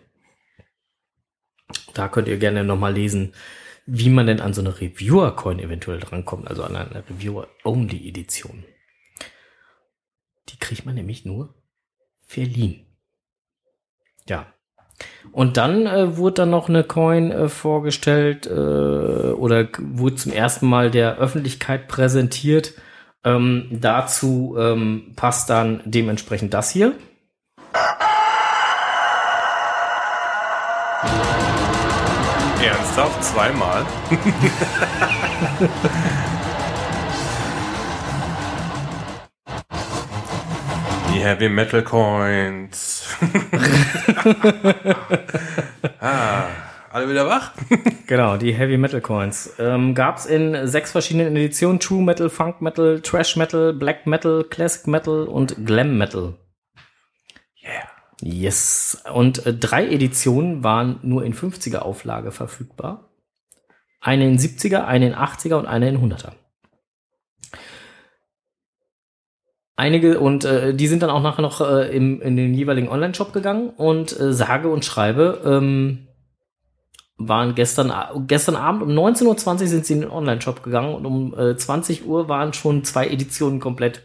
Da könnt ihr gerne nochmal lesen, wie man denn an so eine Reviewer-Coin eventuell drankommt, also an eine Reviewer-Only-Edition. Die kriegt man nämlich nur verliehen. Ja. Und dann wurde dann noch eine Coin vorgestellt oder wurde zum ersten Mal der Öffentlichkeit präsentiert. Dazu passt dann dementsprechend das hier.
Ernsthaft? Zweimal? Die Heavy Metal Coins. Alle wieder wach?
Genau, die Heavy Metal Coins. Gab's in 6 verschiedenen Editionen. True Metal, Funk Metal, Thrash Metal, Black Metal, Classic Metal und Glam Metal.
Yeah.
Yes. Und 3 Editionen waren nur in 50er Auflage verfügbar. Eine in 70er, eine in 80er und eine in 100er. Einige, und die sind dann auch nachher noch in den jeweiligen Online-Shop gegangen und sage und schreibe, waren gestern Abend um 19:20 Uhr sind sie in den Online-Shop gegangen und um 20 Uhr waren schon 2 Editionen komplett.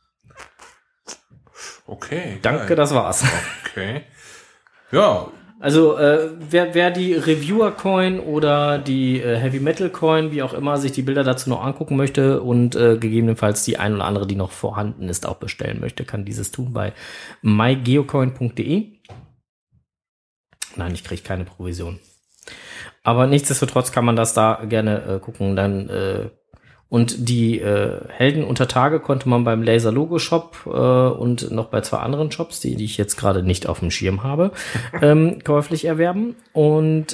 Okay.
Danke,
geil.
das war's.
Okay. Ja.
Also wer die Reviewer-Coin oder die Heavy Metal-Coin, wie auch immer, sich die Bilder dazu noch angucken möchte und gegebenenfalls die ein oder andere, die noch vorhanden ist, auch bestellen möchte, kann dieses tun bei mygeocoin.de. Nein, ich kriege keine Provision. Aber nichtsdestotrotz kann man das da gerne gucken. Dann und die Helden unter Tage konnte man beim Laser Logo Shop und noch bei 2 anderen Shops, die ich jetzt gerade nicht auf dem Schirm habe, käuflich erwerben. Und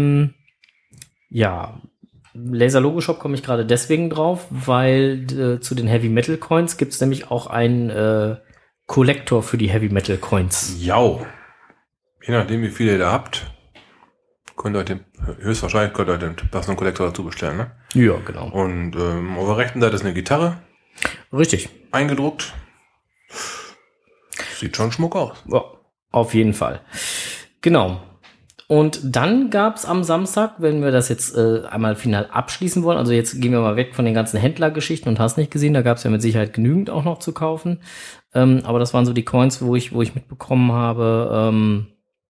ja, Laser Logo Shop komme ich gerade deswegen drauf, weil zu den Heavy Metal Coins gibt es nämlich auch einen Kollektor für die Heavy Metal Coins.
Jau. Je nachdem, wie viele ihr da habt, höchstwahrscheinlich könnt ihr den passenden Kollektor dazu bestellen, ne?
Ja, genau.
Und auf der rechten Seite ist eine Gitarre
Richtig.
eingedruckt. Sieht schon schmuck aus.
Ja, auf jeden Fall. Genau. Und dann gab's am Samstag, wenn wir das jetzt einmal final abschließen wollen, also jetzt gehen wir mal weg von den ganzen Händlergeschichten und hast nicht gesehen, da gab's ja mit Sicherheit genügend auch noch zu kaufen. Aber das waren so die Coins, wo ich mitbekommen habe,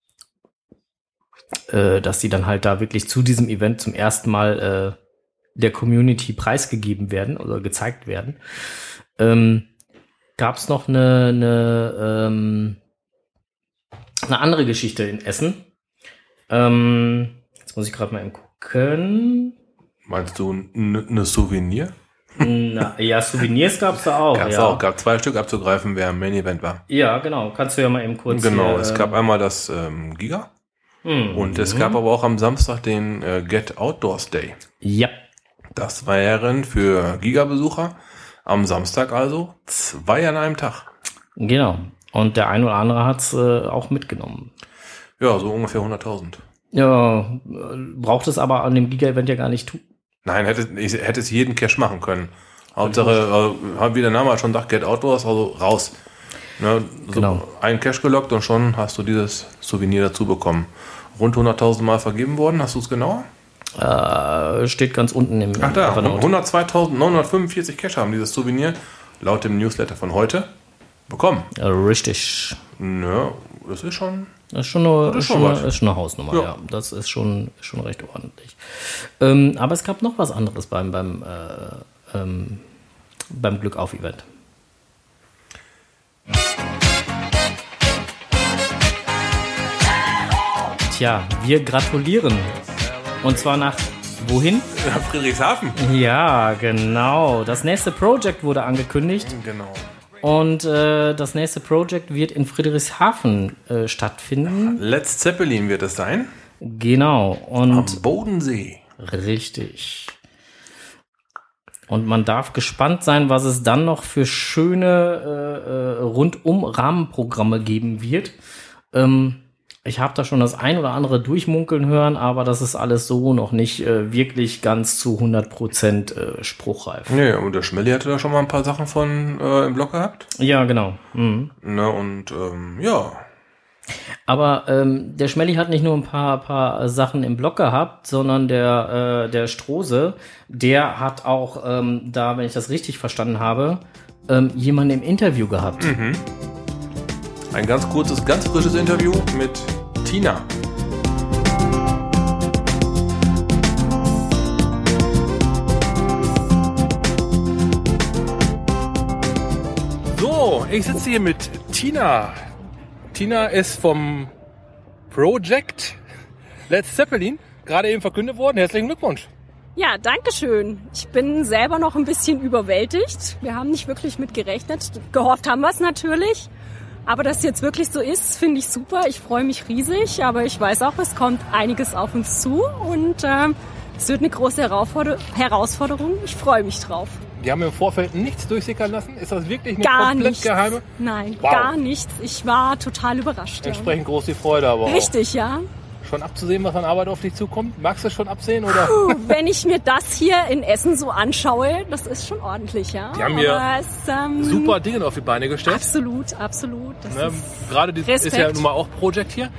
dass die dann halt da wirklich zu diesem Event zum ersten Mal der Community preisgegeben werden oder gezeigt werden. Gab es noch eine andere Geschichte in Essen. Jetzt muss ich gerade mal eben gucken.
Meinst du eine Souvenir?
Ja, Souvenirs gab es da auch.
Gab 2 Stück abzugreifen, wer im Main Event war.
Ja, genau. Kannst du ja mal eben kurz.
Genau,
hier,
es gab einmal das Giga. Und es gab aber auch am Samstag den Get Outdoors Day.
Ja.
Das wären für Giga-Besucher am Samstag also 2 an einem Tag.
Genau. Und der ein oder andere hat's auch mitgenommen.
Ja, so ungefähr 100.000.
Ja, braucht es aber an dem Giga-Event ja gar nicht tun.
Nein, hätte es jeden Cash machen können. Hauptsache, wie der Name schon sagt, Get Outdoors, also raus. Ne, so
Genau.
Ein Cash gelockt und schon hast du dieses Souvenir dazu bekommen. Rund 100.000 Mal vergeben worden, hast du es genauer?
Steht ganz unten im
Ach da,
Evernote.
102.945 Cacher haben dieses Souvenir laut dem Newsletter von heute bekommen.
Ja, richtig.
Ja, das ist schon...
Das ist schon eine,
Das ist schon was.
ist schon eine Hausnummer,
Ja.
ja. Das ist schon recht ordentlich. Aber es gab noch was anderes beim Glückauf-Event. Tja, wir gratulieren. Und zwar nach wohin?
Friedrichshafen.
Ja, genau. Das nächste Project wurde angekündigt.
Genau.
Und das nächste Project wird in Friedrichshafen stattfinden.
Let's Zeppelin wird es sein.
Genau. Und
Am Bodensee.
richtig. Und man darf gespannt sein, was es dann noch für schöne rundum Rahmenprogramme geben wird. Ich habe da schon das ein oder andere durchmunkeln hören, aber das ist alles so noch nicht wirklich ganz zu 100% spruchreif.
Nee, und der Schmelly hatte da schon mal ein paar Sachen von im Blog gehabt.
Ja, genau. Mhm.
Na, und ja.
Aber der Schmelly hat nicht nur ein paar Sachen im Blog gehabt, sondern der Strose, der hat auch da, wenn ich das richtig verstanden habe, jemanden im Interview gehabt.
Ein ganz kurzes, ganz frisches Interview mit Tina.
So, ich sitze hier mit Tina. Tina ist vom Project Let's Zeppelin gerade eben verkündet worden. Herzlichen Glückwunsch.
Ja, danke schön. Ich bin selber noch ein bisschen überwältigt. Wir haben nicht wirklich mit gerechnet. Gehofft haben wir es natürlich. Aber dass es jetzt wirklich so ist, finde ich super. Ich freue mich riesig. Aber ich weiß auch, es kommt einiges auf uns zu. Und es wird eine große Herausforderung. Ich freue mich drauf.
Die haben im Vorfeld nichts durchsickern lassen. Ist das wirklich eine
Gar
komplett
nichts.
geheime?
Nein,
Wow.
gar nichts. Ich war total überrascht. Ja.
Entsprechend groß die Freude, aber
Richtig, ja.
auch schon abzusehen, was an Arbeit auf dich zukommt. Magst du es schon absehen? Oder?
Wenn ich mir das hier in Essen so anschaue, das ist schon ordentlich, ja.
Die haben hier
Aber es,
Super Dinge auf die Beine gestellt.
Absolut, absolut. Das
Ne?
ist
Gerade ist
Respekt.
ja nun mal auch Project hier.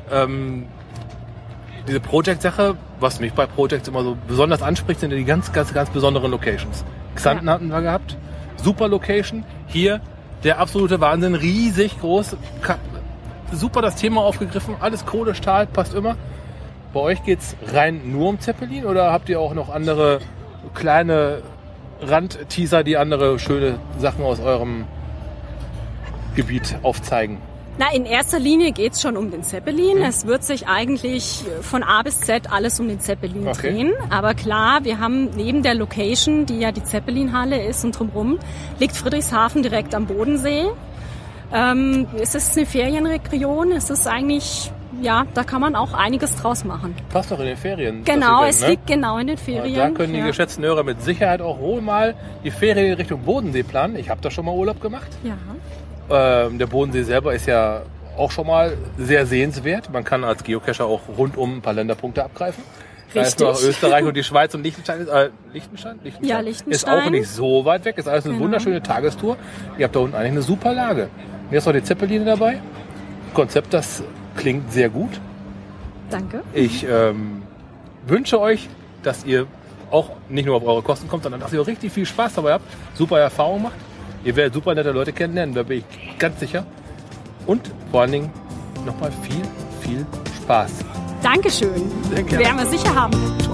Diese Project-Sache, was mich bei Projects immer so besonders anspricht, sind ja die ganz besonderen Locations. Xanten
Ja.
hatten wir gehabt. Super Location. Hier der absolute Wahnsinn. Riesig groß. Super das Thema aufgegriffen. Alles Kohle, Stahl, passt immer. Bei euch geht's rein nur um Zeppelin oder habt ihr auch noch andere kleine Randteaser, die andere schöne Sachen aus eurem Gebiet aufzeigen?
Na, in erster Linie geht's schon um den Zeppelin. Es wird sich eigentlich von A bis Z alles um den Zeppelin
Okay.
drehen. Aber klar, wir haben neben der Location, die ja die Zeppelin-Halle ist und drumherum, liegt Friedrichshafen direkt am Bodensee. Es ist eine Ferienregion. Es ist eigentlich, ja, da kann man auch einiges draus machen.
Passt doch in den Ferien.
Genau,
das Event,
es
ne?
liegt genau in den
Und
Ferien.
da können die
ja.
geschätzten Hörer mit Sicherheit auch wohl mal die Ferien in Richtung Bodensee planen. Ich habe da schon mal Urlaub gemacht.
Ja.
Der Bodensee selber ist ja auch schon mal sehr sehenswert. Man kann als Geocacher auch rundum ein paar Länderpunkte abgreifen. Da ist noch
Richtig.
Österreich und die Schweiz und Liechtenstein. Liechtenstein?
Ja,
Ist
Liechtenstein.
auch nicht so weit weg. Ist alles eine
Genau.
wunderschöne Tagestour. Ihr habt da unten eigentlich eine super Lage. Hier ist noch die Zeppeline dabei. Konzept, das klingt sehr gut.
Danke.
Ich wünsche euch, dass ihr auch nicht nur auf eure Kosten kommt, sondern dass ihr auch richtig viel Spaß dabei habt, super Erfahrung macht. Ihr werdet super nette Leute kennenlernen, da bin ich ganz sicher. Und vor allen Dingen nochmal viel Spaß.
Dankeschön.
Sehr gerne.
Werden wir sicher haben.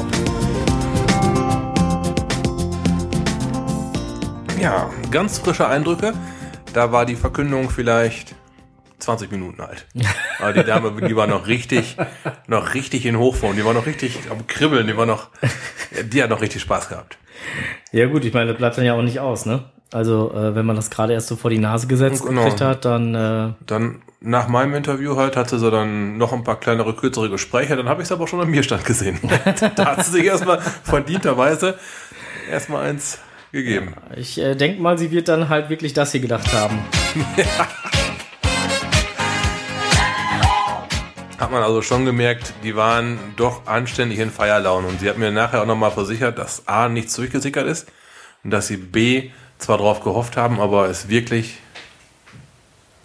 Ja, ganz frische Eindrücke. Da war die Verkündung vielleicht 20 Minuten alt. Aber die Dame, die war noch richtig in Hochform. Die war noch richtig am Kribbeln. Die hat noch richtig Spaß gehabt.
Ja gut, ich meine, das bleibt dann ja auch nicht aus, ne? Also wenn man das gerade erst so vor die Nase gesetzt
Genau.
gekriegt hat, dann
Dann nach meinem Interview halt hatte sie dann noch ein paar kleinere, kürzere Gespräche. Dann habe ich es aber schon am Bierstand gesehen. Da hat sie sich erstmal verdienterweise erstmal eins gegeben.
ich denke mal, sie wird dann halt wirklich das hier gedacht haben.
Hat man also schon gemerkt, die waren doch anständig in Feierlaune. Und sie hat mir nachher auch nochmal versichert, dass A, nichts durchgesickert ist und dass sie B, zwar drauf gehofft haben, aber es wirklich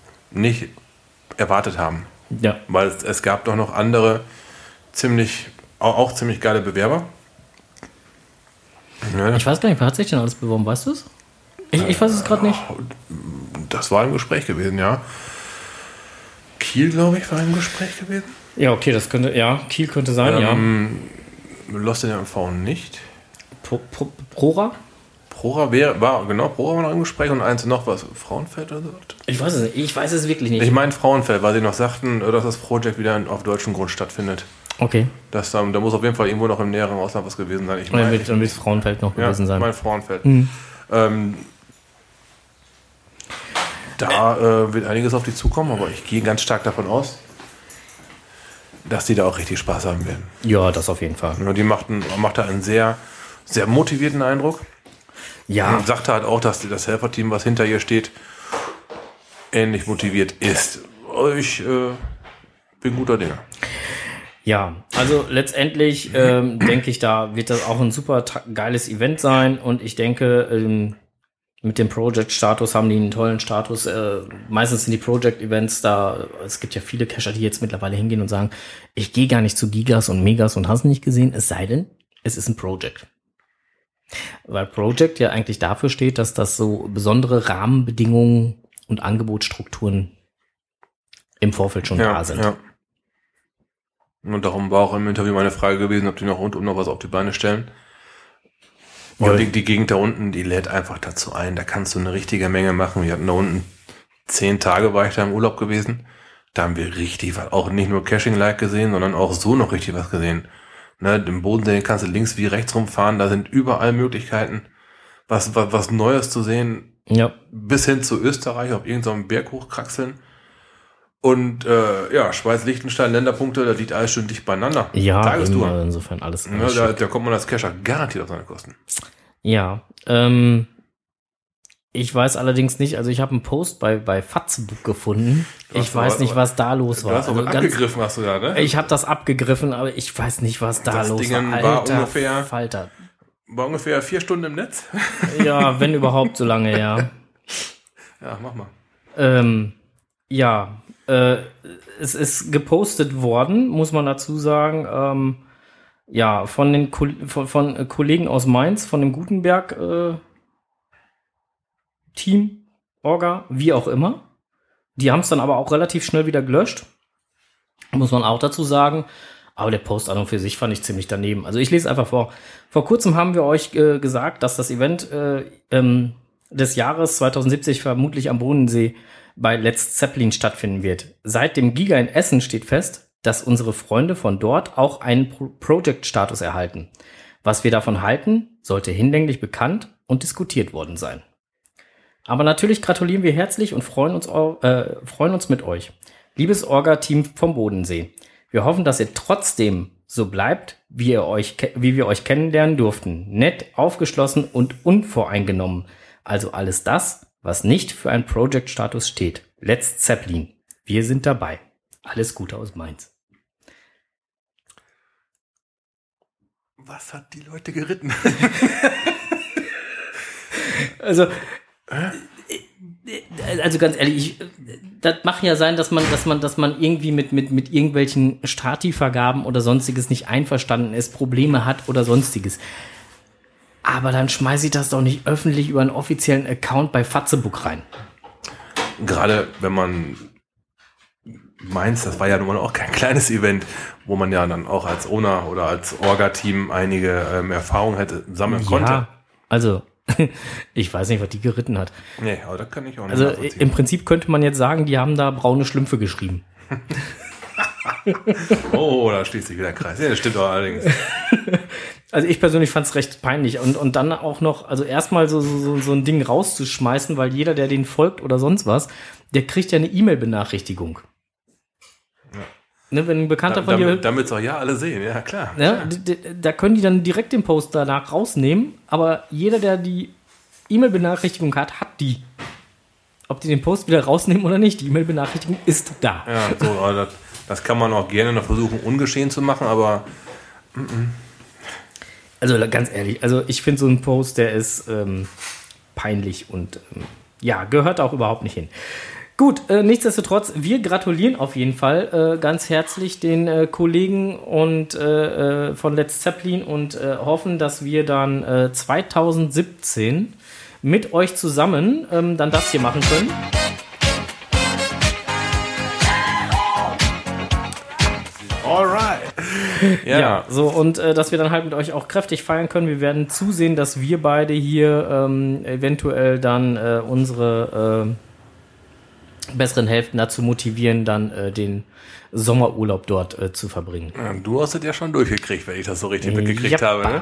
nicht erwartet haben.
Ja.
Weil es gab doch noch andere ziemlich auch ziemlich geile Bewerber. Ja,
Ich weiß gar nicht, wer hat sich denn alles beworben, weißt du es? Ich weiß es gerade nicht.
das war im Gespräch gewesen, ja. Kiel, glaube ich, war im Gespräch gewesen.
Ja, okay, das könnte, ja, Kiel könnte sein,
Lost in der MV nicht.
Prora?
Prora war noch im Gespräch und eins noch, was, Frauenfeld oder so?
Ich weiß es nicht, ich weiß es wirklich nicht.
Ich meine Frauenfeld, weil sie noch sagten, dass das Projekt wieder auf deutschem Grund stattfindet.
Okay.
Da muss auf jeden Fall irgendwo noch im näheren Ausland was gewesen sein.
Dann wird es Frauenfeld noch gewesen sein.
Ich meine Frauenfeld. Da wird einiges auf die zukommen, aber ich gehe ganz stark davon aus, dass die da auch richtig Spaß haben werden.
Ja, das auf jeden Fall.
Ja, die macht da einen sehr, sehr motivierten Eindruck.
Ja.
Und sagte halt auch, dass das Helferteam, was hinter ihr steht, ähnlich motiviert ist. Ich bin guter Dinge.
Ja, also letztendlich denke ich, da wird das auch ein super geiles Event sein und ich denke, mit dem Project-Status haben die einen tollen Status. Meistens sind die Project-Events da, es gibt ja viele Cacher, die jetzt mittlerweile hingehen und sagen, ich gehe gar nicht zu Gigas und Megas und hast nicht gesehen, es sei denn, es ist ein Project. Weil Project ja eigentlich dafür steht, dass das so besondere Rahmenbedingungen und Angebotsstrukturen im Vorfeld schon da sind.
Ja. Und darum war auch im Interview meine Frage gewesen, ob die noch rundum noch was auf die Beine stellen. Und die Gegend da unten, die lädt einfach dazu ein. Da kannst du eine richtige Menge machen. Wir hatten da unten 10 Tage war ich da im Urlaub gewesen. Da haben wir richtig was, auch nicht nur Caching-like gesehen, sondern auch so noch richtig was gesehen. Ne, im Bodensee kannst du links wie rechts rumfahren. Da sind überall Möglichkeiten, was Neues zu sehen.
Ja.
Bis hin zu Österreich auf irgendeinem Berg hochkraxeln. Und Schweiz, Liechtenstein, Länderpunkte, da liegt alles schön dicht beieinander.
Ja,
Tagestour.
Insofern alles.
Ja, da kommt man als Cacher garantiert auf seine Kosten.
Ja, ich weiß allerdings nicht, also ich habe einen Post bei Facebook gefunden. Ich weiß nicht, was da los war.
Du hast aber abgegriffen, hast du da, ne?
Ich habe das abgegriffen, aber ich weiß nicht, was da los
Ding
war.
War ungefähr 4 Stunden im Netz.
Ja, wenn überhaupt so lange, ja.
Ja, mach mal.
Es ist gepostet worden, muss man dazu sagen, von den von Kollegen aus Mainz, von dem Gutenberg Team, Orga, wie auch immer. Die haben es dann aber auch relativ schnell wieder gelöscht, muss man auch dazu sagen. Aber der Post an und für sich fand ich ziemlich daneben. Also ich lese einfach vor. Vor kurzem haben wir euch gesagt, dass das Event des Jahres 2070 vermutlich am Bodensee bei Let's Zeppelin stattfinden wird. Seit dem Giga in Essen steht fest, dass unsere Freunde von dort auch einen Project-Status erhalten. Was wir davon halten, sollte hinlänglich bekannt und diskutiert worden sein. Aber natürlich gratulieren wir herzlich und freuen uns mit euch. Liebes Orga-Team vom Bodensee, wir hoffen, dass ihr trotzdem so bleibt, wie wir euch kennenlernen durften. Nett, aufgeschlossen und unvoreingenommen. Also alles das, was nicht für einen Project-Status steht. Let's Zeppelin. Wir sind dabei. Alles Gute aus Mainz.
Was hat die Leute geritten?
Also ganz ehrlich, das mag ja sein, dass man irgendwie mit irgendwelchen Stati-Vergaben oder sonstiges nicht einverstanden ist, Probleme hat oder sonstiges. Aber dann schmeiße ich das doch nicht öffentlich über einen offiziellen Account bei Fatzebook rein.
Gerade wenn man Mainz, das war ja nun mal auch kein kleines Event, wo man ja dann auch als Owner oder als Orga-Team einige Erfahrungen hätte sammeln konnte.
Ja, also ich weiß nicht, was die geritten hat.
Nee, aber das kann ich auch nicht.
Also im Prinzip könnte man jetzt sagen, die haben da braune Schlümpfe geschrieben.
Oh, da schließt sich wieder ein Kreis. Ja, das stimmt doch allerdings.
Also ich persönlich fand es recht peinlich und dann auch noch, also erstmal so ein Ding rauszuschmeißen, weil jeder, der den folgt oder sonst was, der kriegt ja eine E-Mail-Benachrichtigung.
Ja.
Ne, wenn ein Bekannter von dir...
Damit es auch ja alle sehen, ja klar.
Ja, da können die dann direkt den Post danach rausnehmen, aber jeder, der die E-Mail-Benachrichtigung hat die. Ob die den Post wieder rausnehmen oder nicht, die E-Mail-Benachrichtigung ist da.
Ja, so, aber das kann man auch gerne noch versuchen, ungeschehen zu machen, aber...
Also ganz ehrlich, also ich finde so ein Post, der ist peinlich und gehört auch überhaupt nicht hin. Gut, nichtsdestotrotz, wir gratulieren auf jeden Fall ganz herzlich den Kollegen und von Let's Zeppelin und hoffen, dass wir dann 2017 mit euch zusammen dann das hier machen können.
Alright.
Ja, so und dass wir dann halt mit euch auch kräftig feiern können. Wir werden zusehen, dass wir beide hier eventuell dann unsere besseren Hälften dazu motivieren, dann den Sommerurlaub dort zu verbringen.
Ja, du hast es ja schon durchgekriegt, wenn ich das so richtig mitgekriegt habe. Ne?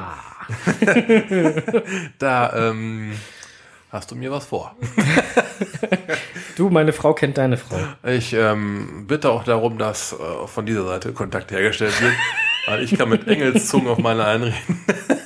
Da hast du mir was vor.
Du, meine Frau kennt deine Frau.
Ich bitte auch darum, dass von dieser Seite Kontakt hergestellt wird, weil ich kann mit Engelszungen auf meine einreden.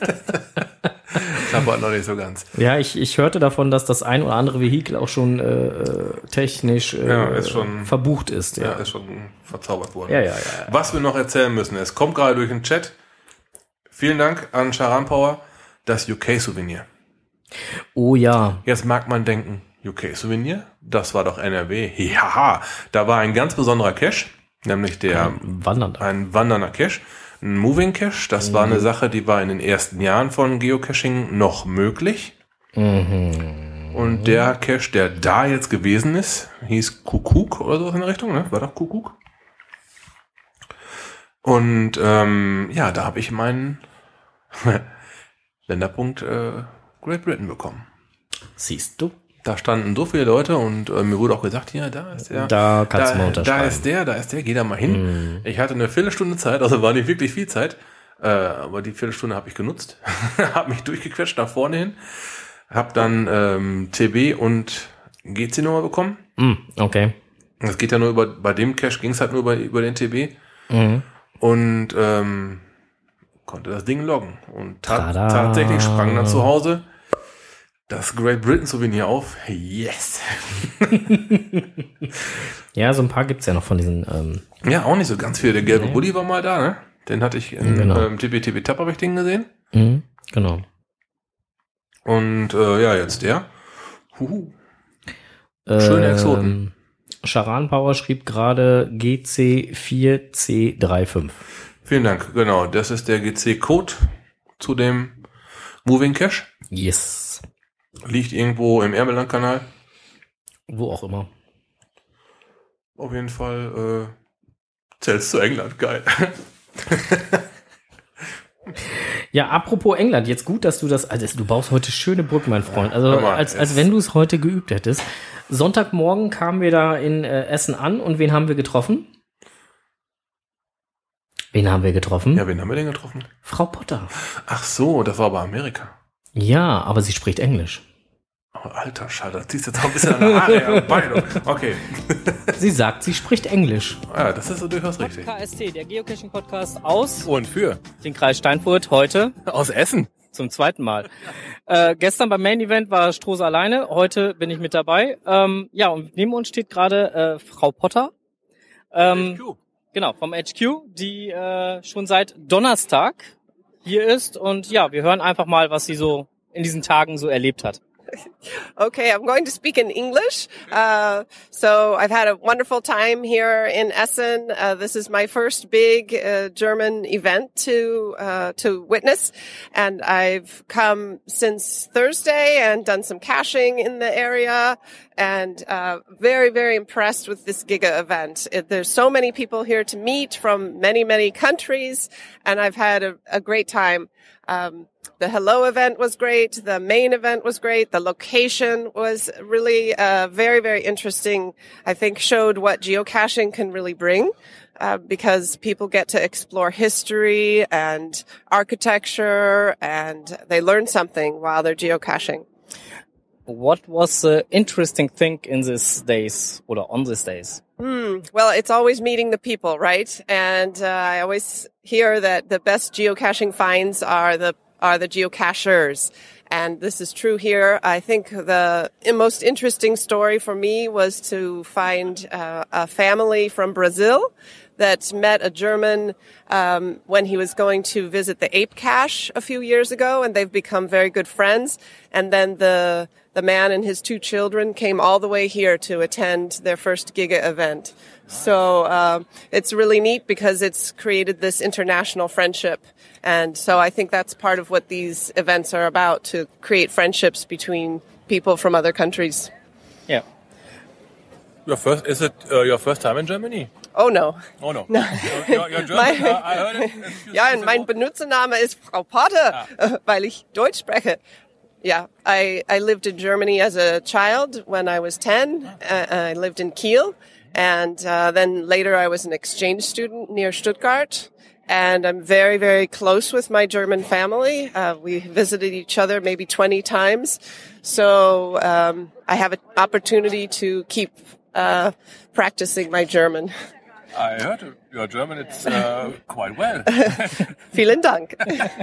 Aber noch nicht so ganz.
Ja, ich hörte davon, dass das ein oder andere Vehikel auch schon technisch
ist schon
verbucht ist.
Ja, ist schon verzaubert worden.
Ja.
Was wir noch erzählen müssen, es kommt gerade durch den Chat. Vielen Dank an Charan Power, das UK-Souvenir.
Oh ja.
Jetzt mag man denken, UK-Souvenir, das war doch NRW. Ja, da war ein ganz besonderer Cache, nämlich ein wandernder Cache. Ein Moving Cache, das war eine Sache, die war in den ersten Jahren von Geocaching noch möglich. Und der Cache, der da jetzt gewesen ist, hieß Kuckuck oder so in der Richtung, ne? War doch Kuckuck. Und da habe ich meinen Länderpunkt Great Britain bekommen.
Siehst du?
Da standen so viele Leute und mir wurde auch gesagt, hier, da ist der.
Da kannst du mal unterschreiben.
Da ist der, geh da mal hin. Ich hatte eine Viertelstunde Zeit, also war nicht wirklich viel Zeit, aber die Viertelstunde habe ich genutzt, habe mich durchgequetscht nach vorne hin, habe dann TB und GC-Nummer bekommen.
Okay.
Das geht ja nur bei dem Cache ging es halt nur über den TB und konnte das Ding loggen und tatsächlich sprang dann zu Hause das Great Britain Souvenir auf. Yes!
Ja, so ein paar gibt's ja noch von diesen.
Ja, auch nicht so ganz viel. Der gelbe Bulli war mal da, ne? Den hatte ich in TB Tab, habe ich den gesehen.
Genau.
Und jetzt der. Schöne Exoten.
Charan Power schrieb gerade GC4C35.
Vielen Dank, genau. Das ist der GC-Code zu dem Moving Cache.
Yes.
Liegt irgendwo im Ermeland-Kanal.
Wo auch immer.
Auf jeden Fall zählt's zu England. Geil.
Ja, apropos England, jetzt gut, dass du das, also du baust heute schöne Brücken, mein Freund. Also als wenn du es heute geübt hättest. Sonntagmorgen kamen wir da in Essen an und wen haben wir getroffen?
Ja, wen haben wir denn getroffen?
Frau Potter.
Ach so, das war aber Amerika.
Ja, aber sie spricht Englisch.
Oh, alter Scheiße, da ziehst du jetzt auch ein bisschen an der Haare am Bein. Okay.
Sie sagt, sie spricht Englisch.
Ja, das ist so durchaus richtig.
KST, der Geocaching-Podcast aus
Und für
den Kreis Steinfurt, heute
aus Essen.
zum zweiten Mal. Gestern beim Main-Event war Strose alleine, heute bin ich mit dabei. Und neben uns steht gerade Frau Potter. Genau, vom HQ, die schon seit Donnerstag hier ist. Und ja, wir hören einfach mal, was sie so in diesen Tagen so erlebt hat.
Okay, I'm going to speak in English. So I've had a wonderful time here in Essen. This is my first big German event to witness, and I've come since Thursday and done some caching in the area, and very, very impressed with this Giga event. There's so many people here to meet from many, many countries, and I've had a great time. The Hello event was great. The main event was great. The location was really very, very interesting. I think showed what geocaching can really bring because people get to explore history and architecture, and they learn something while they're geocaching.
What was the interesting thing in these days, or on these days?
Well, it's always meeting the people, right? And I always hear that the best geocaching finds are the geocachers. And this is true here. I think the most interesting story for me was to find a family from Brazil that met a German when he was going to visit the ape cache a few years ago, and they've become very good friends. And then the the man and his 2 children came all the way here to attend their first Giga event. So it's really neat because it's created this international friendship. And so I think that's part of what these events are about, to create friendships between people from other countries.
Yeah.
Is it your first time in Germany?
Oh no.
Oh no.
No.
You're German? I heard it.
Ja, und mein Benutzername ist Frau Potter, weil ich Deutsch spreche. Yeah, I lived in Germany as a child when I was 10. I lived in Kiel. And then later I was an exchange student near Stuttgart. And I'm very, very close with my German family. We visited each other maybe 20 times. So I have an opportunity to keep practicing my German.
I heard your German, it's quite well.
Vielen Dank.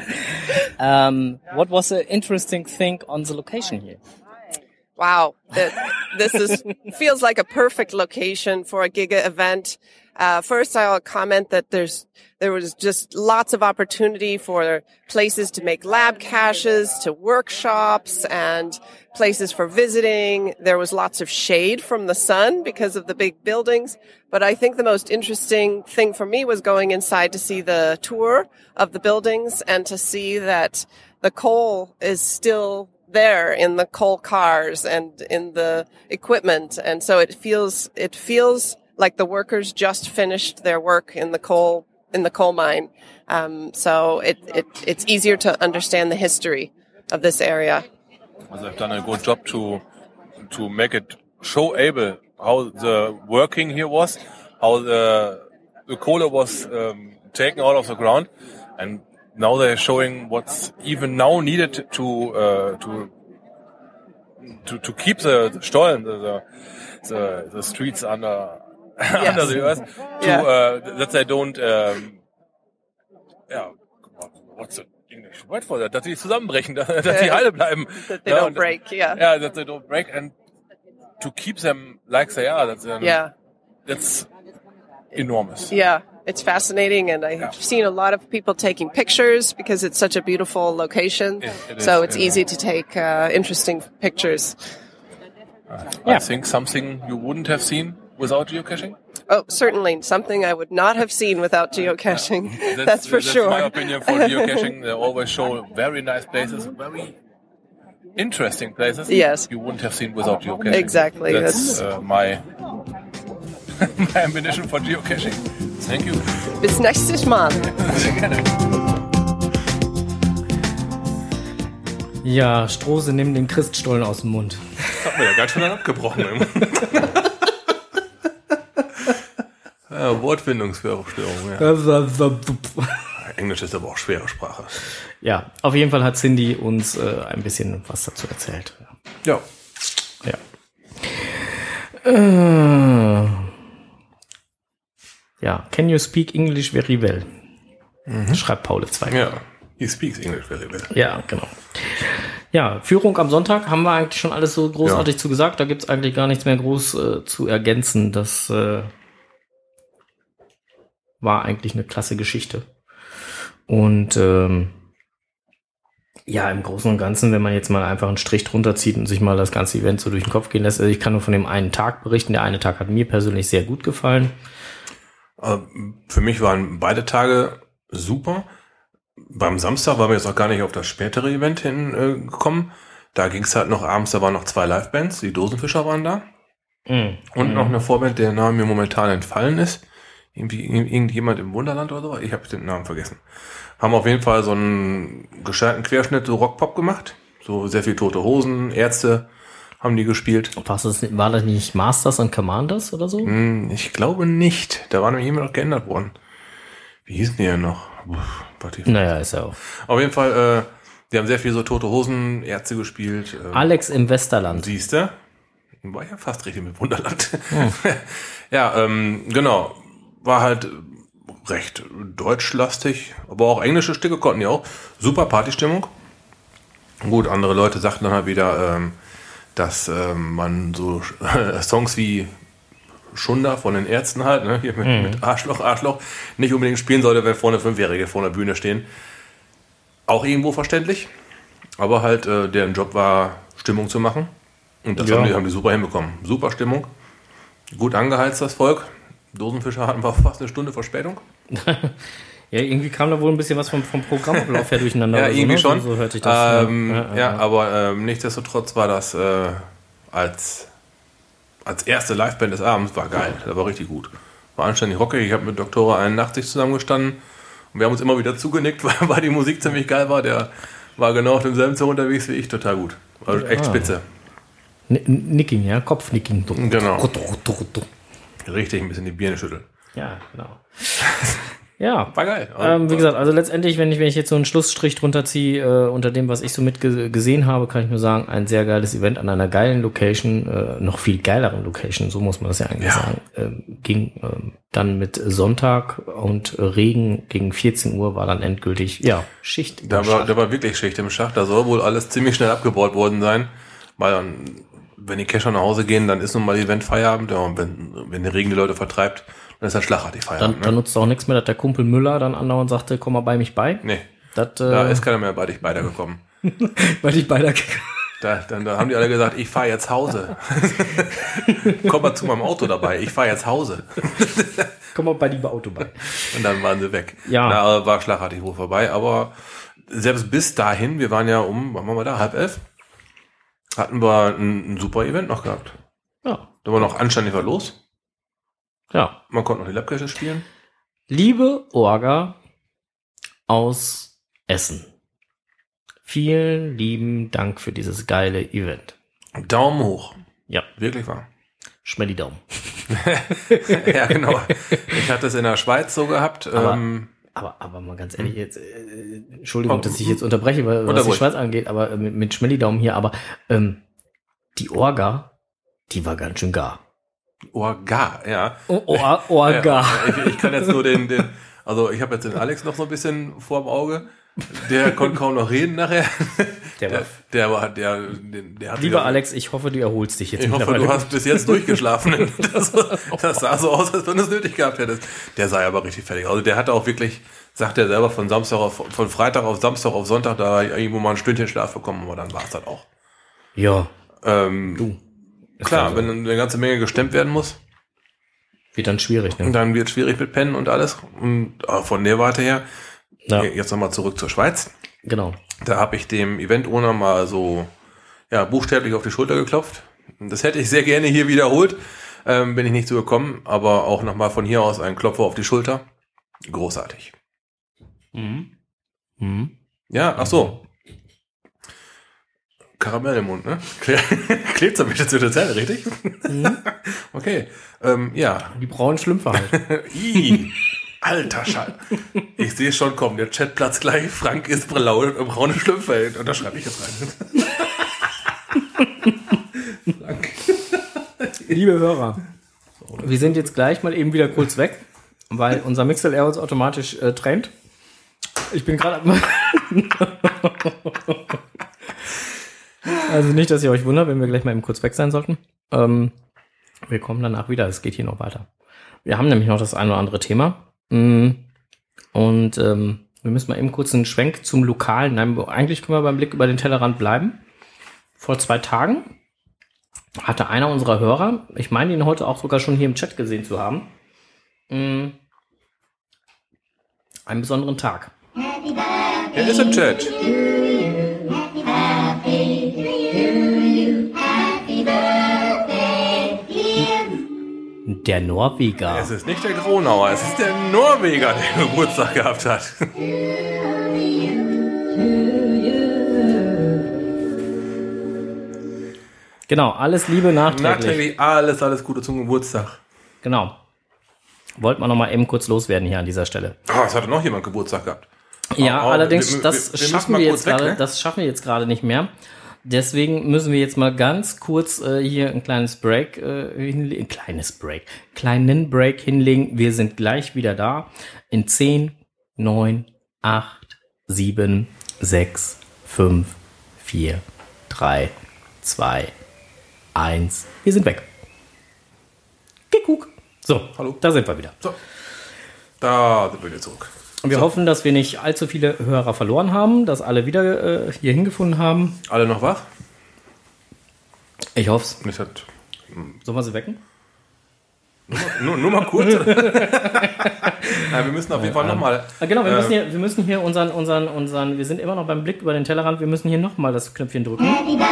What was the interesting thing on the location here?
Wow, this feels like a perfect location for a Giga event. First, I'll comment that there was just lots of opportunity for places to make lab caches, to workshops, and places for visiting. There was lots of shade from the sun because of the big buildings. But I think the most interesting thing for me was going inside to see the tour of the buildings and to see that the coal is still there in the coal cars and in the equipment. And so it feels like the workers just finished their work in the coal mine. So it's easier to understand the history of this area.
Well, they've done a good job to make it show-able how the working here was, how the coal was taken out of the ground, and now they're showing what's even now needed to keep the Stollen, the streets under the earth, that they don't. What's the English word for that? Dass sie zusammenbrechen, dass sie heile bleiben.
That they don't break.
Yeah, that they don't break, and to keep them like they are. That's enormous.
Yeah. It's fascinating, and I've seen a lot of people taking pictures because it's such a beautiful location. So it's easy to take interesting pictures.
I think something you wouldn't have seen without geocaching?
Oh, certainly. Something I would not have seen without geocaching. That's for sure.
That's my opinion for geocaching. They always show very nice places, very interesting places.
Yes.
You wouldn't have seen without geocaching.
Exactly.
That's my ambition for geocaching. Thank you.
Bis nächstes Mal.
Sehr gerne.
Ja, Strose, nimm den Christstollen aus dem Mund.
Das hat mir ja ganz schön abgebrochen. Ja, Wortfindungsstörung, ja. Englisch ist aber auch schwere Sprache.
Ja, auf jeden Fall hat Cindy uns ein bisschen was dazu erzählt.
Ja.
Ja, can you speak English very well? Schreibt Paul 2.
Ja, he speaks English very well.
Ja, genau. Ja, Führung am Sonntag haben wir eigentlich schon alles so großartig zu gesagt. Da gibt's eigentlich gar nichts mehr groß zu ergänzen. Das war eigentlich eine klasse Geschichte. Und ja, im Großen und Ganzen, wenn man jetzt mal einfach einen Strich drunter zieht und sich mal das ganze Event so durch den Kopf gehen lässt, also ich kann nur von dem einen Tag berichten. Der eine Tag hat mir persönlich sehr gut gefallen.
Für mich waren beide Tage super. Beim Samstag waren wir jetzt auch gar nicht auf das spätere Event hingekommen. Da ging es halt noch abends, da waren noch 2 Livebands, die Dosenfischer waren da. Und noch eine Vorband, der Name mir momentan entfallen ist. Irgendjemand im Wunderland oder so, ich habe den Namen vergessen. Haben auf jeden Fall so einen gescheiten Querschnitt, so Rock-Pop gemacht. So sehr viel Tote Hosen, Ärzte haben die gespielt.
War das nicht Masters and Commanders oder so?
Ich glaube nicht. Da war nämlich immer noch geändert worden. Wie hießen die denn noch?
Naja, ist ja auch. Auf
jeden Fall, die haben sehr viel so Tote Hosen, Ärzte gespielt.
Alex im Westerland.
Siehst du? War ja fast richtig mit Wunderland. Ja, genau. War halt recht deutschlastig, aber auch englische Stücke konnten die auch. Super Partystimmung. Gut, andere Leute sagten dann halt wieder, dass man so Songs wie Schunder von den Ärzten halt, ne, hier mit Arschloch, nicht unbedingt spielen sollte, wenn vorne 5-Jährige vor der Bühne stehen. Auch irgendwo verständlich. Aber halt, deren Job war, Stimmung zu machen. Und das haben die super hinbekommen. Super Stimmung. Gut angeheizt, das Volk. Dosenfischer hatten wir fast eine Stunde Verspätung.
Ja, irgendwie kam da wohl ein bisschen was vom Programmablauf her durcheinander.
Ja,
oder
irgendwie
so, ne?
schon.
So hörte ich das.
Aber nichtsdestotrotz war das als erste Liveband des Abends war geil. Das war richtig gut. War anständig rockig. Ich habe mit Doktora 81 zusammengestanden und wir haben uns immer wieder zugenickt, weil die Musik ziemlich geil war. Der war genau auf demselben Zug unterwegs wie ich. Total gut. War echt spitze.
Nicking, ja? Kopfnicking.
Genau. Richtig, ein bisschen die Birne schütteln.
Ja, genau. Ja,
war geil.
Wie gesagt, also letztendlich, wenn ich jetzt so einen Schlussstrich drunter ziehe, unter dem, was ich so gesehen habe, kann ich nur sagen, ein sehr geiles Event an einer geilen Location, noch viel geileren Location, so muss man das ja eigentlich sagen, ging dann mit Sonntag und Regen gegen 14 Uhr war dann endgültig, Schicht im Schacht.
Da war wirklich Schicht im Schacht, da soll wohl alles ziemlich schnell abgebaut worden sein, weil dann, wenn die Cacher nach Hause gehen, dann ist nun mal Event Feierabend, und wenn der Regen die Leute vertreibt, dann ist das schlagartig Feierabend.
Dann nutzt auch nichts mehr, dass der Kumpel Müller dann andauernd sagte, komm mal bei mich bei.
Nee, da ist keiner mehr bei dich beider gekommen.
Bei dich beider
Da haben die alle gesagt, ich fahre jetzt Hause. Komm mal zu meinem Auto dabei, ich fahre jetzt Hause.
Komm mal bei dir bei Auto bei.
Und dann waren sie weg.
Ja.
War schlagartig wohl vorbei, aber selbst bis dahin, wir waren ja wann waren wir da, 10:30? Hatten wir ein super Event noch gehabt.
Ja.
Da war noch anständig was los.
Ja.
Man konnte noch die Labcache spielen.
Liebe Orga aus Essen, vielen lieben Dank für dieses geile Event.
Daumen hoch.
Ja.
Wirklich wahr.
Schmelly Daumen.
Ja, genau. Ich hatte es in der Schweiz so gehabt.
Aber mal ganz ehrlich, jetzt, Entschuldigung, dass ich jetzt unterbreche, was die Schweiz angeht, aber mit Schmelly Daumen hier, aber die Orga, die war ganz schön gar.
Orga, ja.
Orga.
Ich kann jetzt nur also ich habe jetzt den Alex noch so ein bisschen vor dem Auge. Der konnte kaum noch reden nachher. Der hat
Lieber Alex, ich hoffe, du erholst dich jetzt.
Ich hoffe, du hast bis jetzt durchgeschlafen. Das sah so aus, als wenn du es nötig gehabt hättest. Der sah aber richtig fertig. Also der hatte auch wirklich, sagt er selber, von Freitag auf Samstag auf Sonntag da irgendwo mal ein Stündchen Schlaf bekommen, aber dann war es das auch.
Ja.
Du. Klar, wenn eine ganze Menge gestemmt werden muss.
Wird dann schwierig, ne?
Dann wird es schwierig mit Pennen und alles. Und von der Warte her, jetzt nochmal zurück zur Schweiz.
Genau.
Da habe ich dem Event-Owner mal so buchstäblich auf die Schulter geklopft. Das hätte ich sehr gerne hier wiederholt. Bin ich nicht so gekommen, aber auch nochmal von hier aus ein Klopfer auf die Schulter. Großartig. Ja, ach so. Karamell im Mund, ne? Klebt so ein bisschen zu der Zelle, richtig? Okay,
Die braunen Schlümpfe halt.
Alter Schall. Ich sehe schon kommen, der Chat platzt gleich. Frank ist braune Schlümpfe. Und da schreibe ich jetzt rein. Frank.
Liebe Hörer, wir sind jetzt gleich mal eben wieder kurz weg, weil unser MixLR uns automatisch trennt. Ich bin gerade... Also nicht, dass ihr euch wundert, wenn wir gleich mal eben kurz weg sein sollten. Wir kommen danach wieder, es geht hier noch weiter. Wir haben nämlich noch das ein oder andere Thema. Und wir müssen mal eben kurz einen Schwenk zum Lokalen. Nein, eigentlich können wir beim Blick über den Tellerrand bleiben. Vor 2 Tagen hatte einer unserer Hörer, ich meine ihn heute auch sogar schon hier im Chat gesehen zu haben, einen besonderen Tag.
Er ist im Chat.
Der Norweger.
Es ist nicht der Gronauer, es ist der Norweger, der Geburtstag gehabt hat.
Genau, alles Liebe nachträglich.
Nachträglich alles Gute zum Geburtstag.
Genau. Wollten wir noch mal eben kurz loswerden hier an dieser Stelle.
Es hatte noch jemand Geburtstag gehabt.
Ja, allerdings, das schaffen wir jetzt gerade nicht mehr. Deswegen müssen wir jetzt mal ganz kurz hier ein kleines Break hinlegen. Kleinen Break hinlegen. Wir sind gleich wieder da. In 10, 9, 8, 7, 6, 5, 4, 3, 2, 1. Wir sind weg. Kuckuck. So,
hallo.
Da sind wir wieder.
So, da sind wir wieder zurück.
Und wir hoffen, dass wir nicht allzu viele Hörer verloren haben, dass alle wieder hier hingefunden haben.
Alle noch wach?
Ich hoff's.
Sollen
wir sie wecken?
Nur mal kurz. Ja, wir müssen auf jeden Fall nochmal.
Genau, wir müssen hier unseren, wir sind immer noch beim Blick über den Tellerrand, wir müssen hier nochmal das Knöpfchen drücken.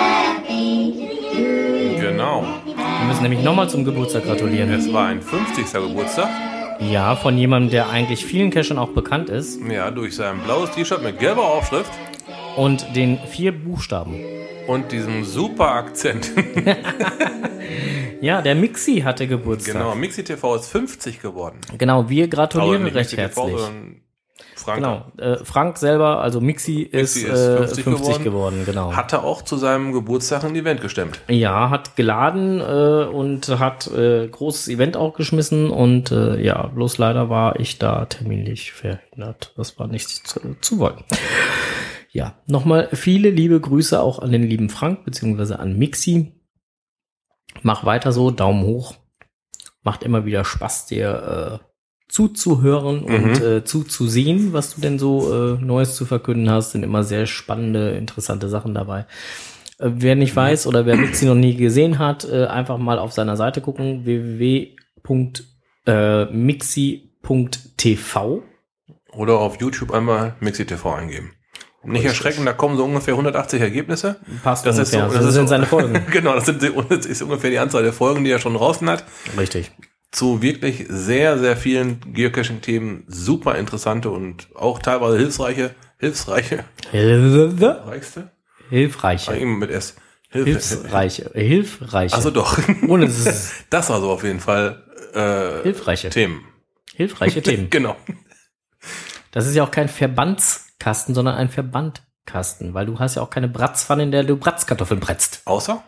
Genau.
Wir müssen nämlich nochmal zum Geburtstag gratulieren.
Es war ein 50. Geburtstag.
Ja, von jemandem, der eigentlich vielen Cachern auch bekannt ist.
Ja, durch sein blaues T-Shirt mit gelber Aufschrift.
Und den 4 Buchstaben.
Und diesem super Akzent.
Ja, der Mixi hatte Geburtstag.
Genau, Mixi TV ist 50 geworden.
Genau, wir gratulieren recht herzlich.
Frank.
Genau, Frank selber, also Mixi ist 50 geworden. Genau.
Hatte auch zu seinem Geburtstag ein Event gestemmt.
Ja, hat geladen und hat großes Event auch geschmissen und ja, bloß leider war ich da terminlich verhindert. Das war nicht zu wollen. Ja, nochmal viele liebe Grüße auch an den lieben Frank, beziehungsweise an Mixi. Mach weiter so, Daumen hoch. Macht immer wieder Spaß, dir zuzuhören und zuzusehen, was du denn so Neues zu verkünden hast. Sind immer sehr spannende, interessante Sachen dabei. Wer nicht weiß oder wer Mixi noch nie gesehen hat, einfach mal auf seiner Seite gucken, www.mixi.tv.
Oder auf YouTube einmal Mixi TV eingeben. Nicht erschrecken, da kommen so ungefähr 180 Ergebnisse.
Passt
das
ungefähr.
Ist so, das
sind seine Folgen.
Genau, das ist ungefähr die Anzahl der Folgen, die er schon draußen hat.
Richtig.
Zu wirklich sehr, sehr vielen Geocaching-Themen, super interessante und auch teilweise hilfreiche.
Hilfreiche.
Mit S.
Hilfreiche.
Also doch.
Ohne es.
Das war so auf jeden Fall
hilfreiche
Themen.
Hilfreiche Themen.
Genau.
Das ist ja auch kein Verbandskasten, sondern ein Verbandkasten, weil du hast ja auch keine Bratzpfanne, in der du Bratzkartoffeln brätzt.
Außer?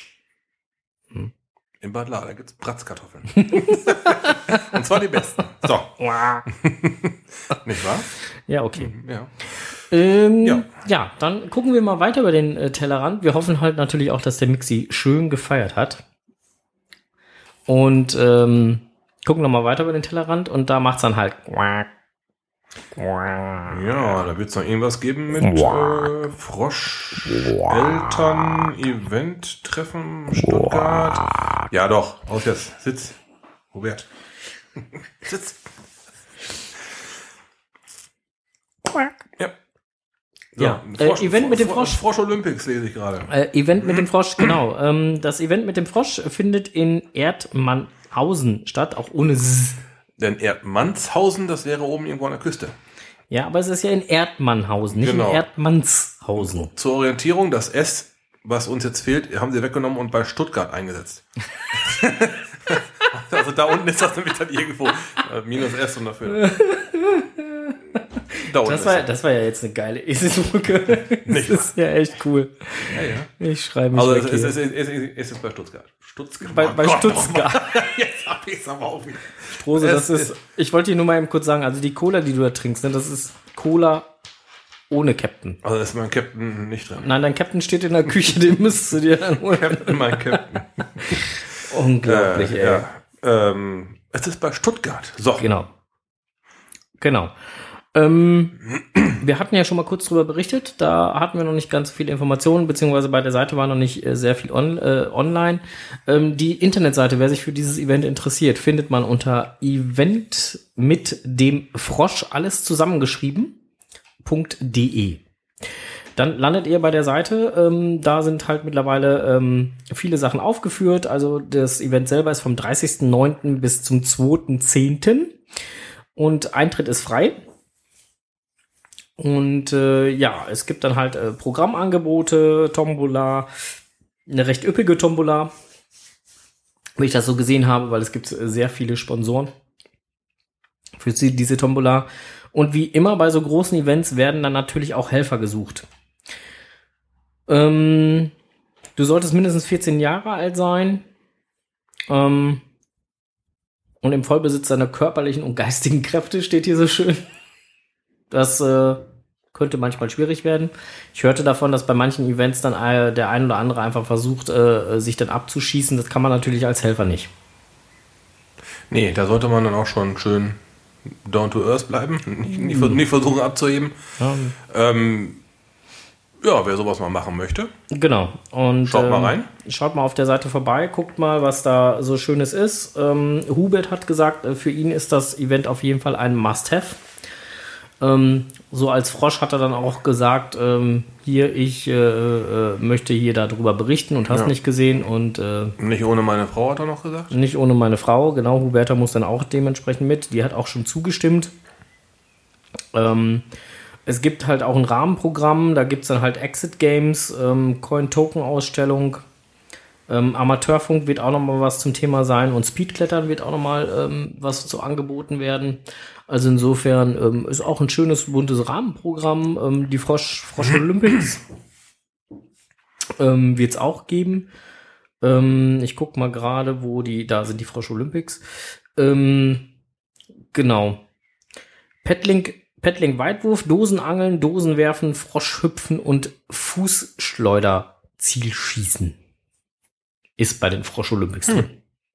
In Bad Lada gibt's Bratzkartoffeln. Und zwar die besten. So. Nicht wahr?
Ja, okay.
Ja.
Ja, dann gucken wir mal weiter über den Tellerrand. Wir hoffen halt natürlich auch, dass der Mixi schön gefeiert hat. Und gucken nochmal weiter über den Tellerrand und da macht's dann halt
ja, da wird es noch irgendwas geben mit Frosch-Eltern-Event-Treffen Stuttgart. Ja doch, aus jetzt. Sitz. Hubert. Sitz. Ja. So,
ja, Event mit dem Frosch.
Frosch Olympics lese ich gerade.
Event mit dem Frosch, genau. Das Event mit dem Frosch findet in Erdmannhausen statt, auch ohne S.
Denn Erdmannshausen, das wäre oben irgendwo an der Küste.
Ja, aber es ist ja in Erdmannhausen, nicht
genau.
In Erdmannshausen.
Zur Orientierung, das S, was uns jetzt fehlt, haben sie weggenommen und bei Stuttgart eingesetzt. Also da unten ist das nämlich dann irgendwo. Minus S und dafür. Da
das war ja jetzt eine geile Eselsbrücke. Das ist ja echt cool.
Ja.
Ich schreibe mich
also
weg
es ist bei Stuttgart.
Bei Stuttgart.
Jetzt hab ich's aber auch wieder.
Strose, das ist, ich wollte dir nur mal eben kurz sagen, also die Cola, die du da trinkst, ne, das ist Cola ohne Captain.
Also da ist mein Captain nicht drin.
Nein, dein Captain steht in der Küche, den müsstest du dir dann holen.
Mein Captain.
Unglaublich, ey.
Ja. Es ist bei Stuttgart. So.
Genau. Wir hatten ja schon mal kurz drüber berichtet, da hatten wir noch nicht ganz viele Informationen, beziehungsweise bei der Seite war noch nicht sehr viel online. Die Internetseite, wer sich für dieses Event interessiert, findet man unter Event mit dem Frosch, alles zusammengeschrieben.de. Dann landet ihr bei der Seite, da sind halt mittlerweile viele Sachen aufgeführt, also das Event selber ist vom 30.09. bis zum 2.10. und Eintritt ist frei. Und ja, es gibt dann halt Programmangebote, Tombola, eine recht üppige Tombola, wie ich das so gesehen habe, weil es gibt sehr viele Sponsoren für diese Tombola. Und wie immer bei so großen Events werden dann natürlich auch Helfer gesucht. Du solltest mindestens 14 Jahre alt sein und im Vollbesitz deiner körperlichen und geistigen Kräfte, steht hier so schön. Das könnte manchmal schwierig werden. Ich hörte davon, dass bei manchen Events dann der ein oder andere einfach versucht, sich dann abzuschießen. Das kann man natürlich als Helfer nicht.
Nee, da sollte man dann auch schon schön down to earth bleiben. Nicht versuchen abzuheben.
Ja.
Ja, wer sowas mal machen möchte.
Genau. Und
schaut mal rein.
Schaut mal auf der Seite vorbei, guckt mal, was da so Schönes ist. Hubert hat gesagt, für ihn ist das Event auf jeden Fall ein Must-Have. So als Frosch hat er dann auch gesagt, ich möchte hier darüber berichten und hast nicht gesehen. Und
nicht ohne meine Frau, hat er noch gesagt?
Nicht ohne meine Frau, genau. Huberta muss dann auch dementsprechend mit. Die hat auch schon zugestimmt. Es gibt halt auch ein Rahmenprogramm, da gibt es dann halt Exit-Games, Coin-Token-Ausstellung, Amateurfunk wird auch nochmal was zum Thema sein und Speedklettern wird auch nochmal was zu angeboten werden. Also insofern ist auch ein schönes, buntes Rahmenprogramm. Die Frosch Olympics wird es auch geben. Ich gucke mal gerade, da sind die Frosch Olympics. Genau. Paddling-Weitwurf, Dosenangeln, Dosenwerfen, Froschhüpfen und Fußschleuder-Zielschießen ist bei den Frosch Olympics drin.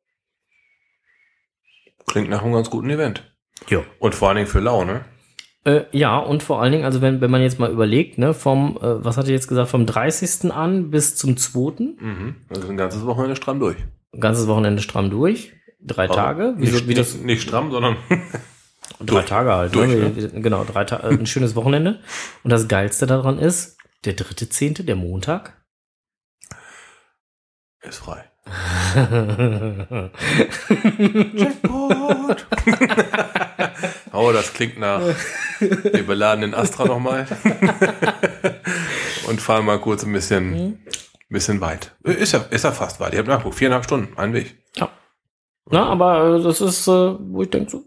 Klingt nach einem ganz guten Event.
Ja.
Und vor allen Dingen für Lau, ne?
Ja, und vor allen Dingen, also wenn man jetzt mal überlegt, ne, was hatte ich jetzt gesagt, vom 30. an bis zum 2.
Also ein ganzes Wochenende stramm durch.
Ein ganzes Wochenende stramm durch. 3 Tage.
Nicht stramm, sondern
3 Tage halt.
Durch,
ne? Genau, 3 Tage, ein schönes Wochenende. Und das Geilste daran ist, der 3.10., der Montag,
ist frei.
Jackpot!
Oh, das klingt nach, wir beladen den Astra nochmal und fahren mal kurz ein bisschen weit. Ist ja fast weit. Ich habe nachgeguckt, 4,5 Stunden, ein Weg.
Ja. Na, aber das ist, wo ich denke, so,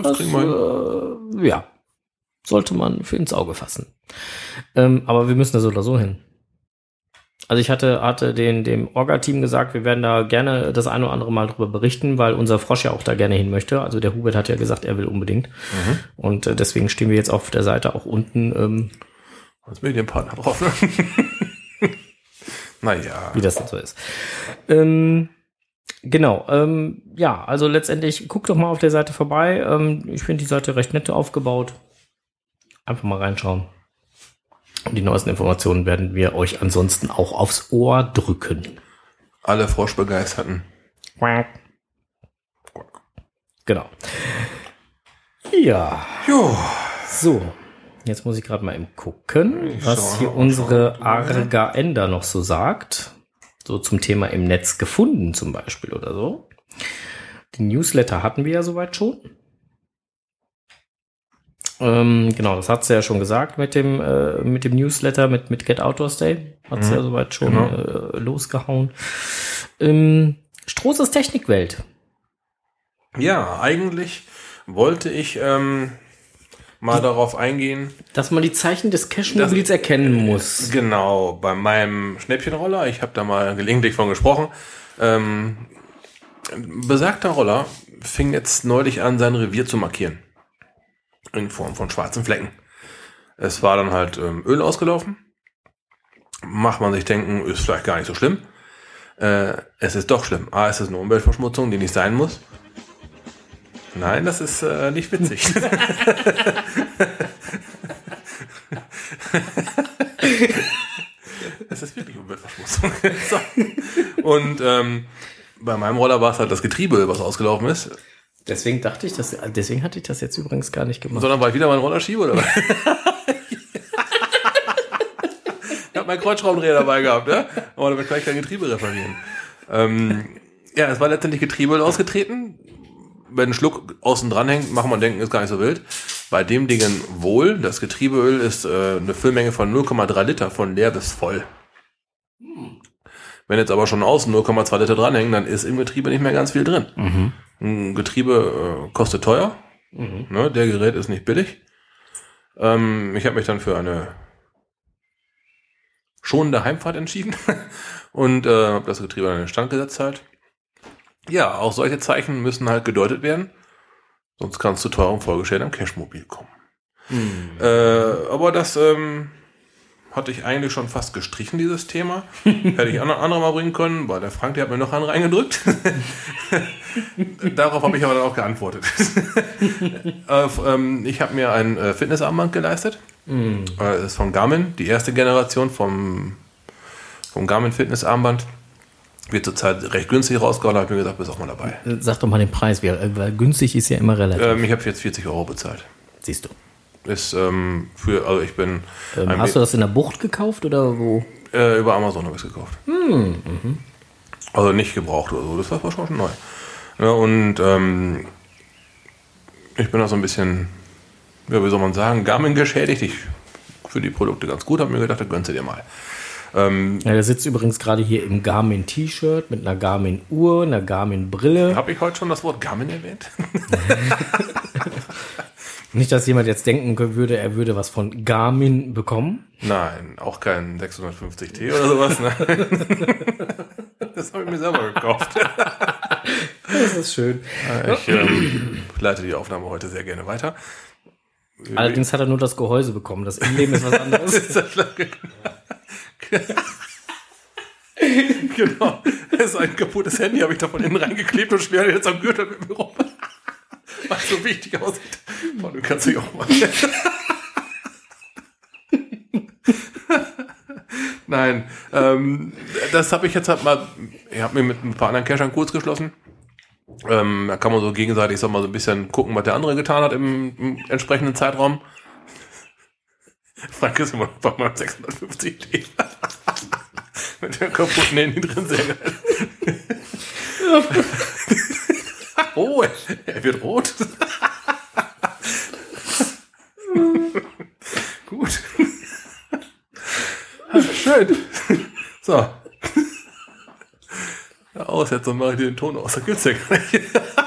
ja, sollte man für ins Auge fassen. Aber wir müssen da so oder so hin. Also ich hatte dem Orga-Team gesagt, wir werden da gerne das eine oder andere Mal drüber berichten, weil unser Frosch ja auch da gerne hin möchte. Also der Hubert hat ja gesagt, er will unbedingt. Und deswegen stehen wir jetzt auf der Seite auch unten.
Als Medienpartner drauf, ne? Naja.
Wie das dann so ist. Genau. Ja, also letztendlich, guck doch mal auf der Seite vorbei. Ich finde die Seite recht nett aufgebaut. Einfach mal reinschauen. Und die neuesten Informationen werden wir euch ansonsten auch aufs Ohr drücken.
Alle Froschbegeisterten.
Genau. Ja.
Jo.
So. Jetzt muss ich gerade mal eben gucken, was hier unsere Arga Ender noch so sagt. So zum Thema im Netz gefunden zum Beispiel oder so. Die Newsletter hatten wir ja soweit schon. Genau, das hat sie ja schon gesagt mit dem Newsletter, mit Get Outdoors Day. Hat sie ja soweit schon losgehauen. Strohses Technikwelt.
Ja, eigentlich wollte ich mal darauf eingehen,
dass man die Zeichen des Cache-Mobils erkennen muss.
Genau, bei meinem Schnäppchenroller, ich habe da mal gelegentlich von gesprochen, besagter Roller fing jetzt neulich an, sein Revier zu markieren. In Form von schwarzen Flecken. Es war dann halt Öl ausgelaufen. Macht man sich denken, ist vielleicht gar nicht so schlimm. Es ist doch schlimm. Es ist eine Umweltverschmutzung, die nicht sein muss. Nein, das ist nicht witzig. Es ist wirklich Umweltverschmutzung. So. Und bei meinem Roller war es halt das Getriebeöl, was ausgelaufen ist.
Deswegen hatte ich das jetzt übrigens gar nicht gemacht.
Sondern weil ich wieder meinen Roller schiebe, oder was? Ich habe meinen Kreuzschraubendreher dabei gehabt, ne? Aber damit kann ich kein Getriebe reparieren. Ja, es war letztendlich Getriebeöl ausgetreten. Wenn ein Schluck außen dran hängt, macht man denken, ist gar nicht so wild. Bei dem Dingen wohl. Das Getriebeöl ist eine Füllmenge von 0,3 Liter von leer bis voll. Wenn jetzt aber schon außen 0,2 Liter dranhängen, dann ist im Getriebe nicht mehr ganz viel drin. Ein Getriebe kostet teuer. Ne, der Gerät ist nicht billig. Ich habe mich dann für eine schonende Heimfahrt entschieden und habe das Getriebe an den Stand gesetzt halt. Ja, auch solche Zeichen müssen halt gedeutet werden, sonst kann es zu teurem Folgeschäden am Cache-Mobil kommen. Aber das hatte ich eigentlich schon fast gestrichen, dieses Thema. Hätte ich andere mal bringen können, weil der Frank, der hat mir noch einen reingedrückt. Darauf habe ich aber dann auch geantwortet. Ich habe mir ein Fitnessarmband geleistet. Das ist von Garmin, die erste Generation vom Garmin Fitness Armband. Wird zurzeit recht günstig rausgehauen, habe ich mir gesagt, bist auch mal dabei.
Sag doch mal den Preis, weil günstig ist ja immer relativ.
Ich habe jetzt 40 € bezahlt.
Siehst du.
Ist ich bin...
hast du das in der Bucht gekauft oder wo?
Über Amazon habe ich es gekauft. Also nicht gebraucht oder so, das war schon neu. Ja, und ich bin da so ein bisschen, ja, wie soll man sagen, Garmin geschädigt. Ich finde die Produkte ganz gut, habe mir gedacht, da gönnst du dir mal.
Der sitzt übrigens gerade hier im Garmin-T-Shirt mit einer Garmin-Uhr, einer Garmin-Brille.
Habe ich heute schon das Wort Garmin erwähnt?
Nicht, dass jemand jetzt denken würde, er würde was von Garmin bekommen.
Nein, auch kein 650T oder sowas. Nein. Das habe ich mir selber gekauft.
Das ist schön.
Ich leite die Aufnahme heute sehr gerne weiter.
Allerdings hat er nur das Gehäuse bekommen. Das Innenleben ist was anderes.
Genau. Das ist ein kaputtes Handy, habe ich da von innen reingeklebt und schwer jetzt am Gürtel mit mir rum. Was so wichtig aussieht. Boah, du kannst dich auch mal. Nein, das habe ich jetzt halt mal, ich habe mir mit ein paar anderen Cachern kurz geschlossen. Da kann man so gegenseitig, sag mal, so ein bisschen gucken, was der andere getan hat im entsprechenden Zeitraum. Frank ist immer noch bei meinem 650D. Mit dem kaputten Handy drin, sehr geil. Oh, er wird rot. Gut. Schön. So. Aus, jetzt mache ich dir den Ton aus. Da gibt's ja gar nicht.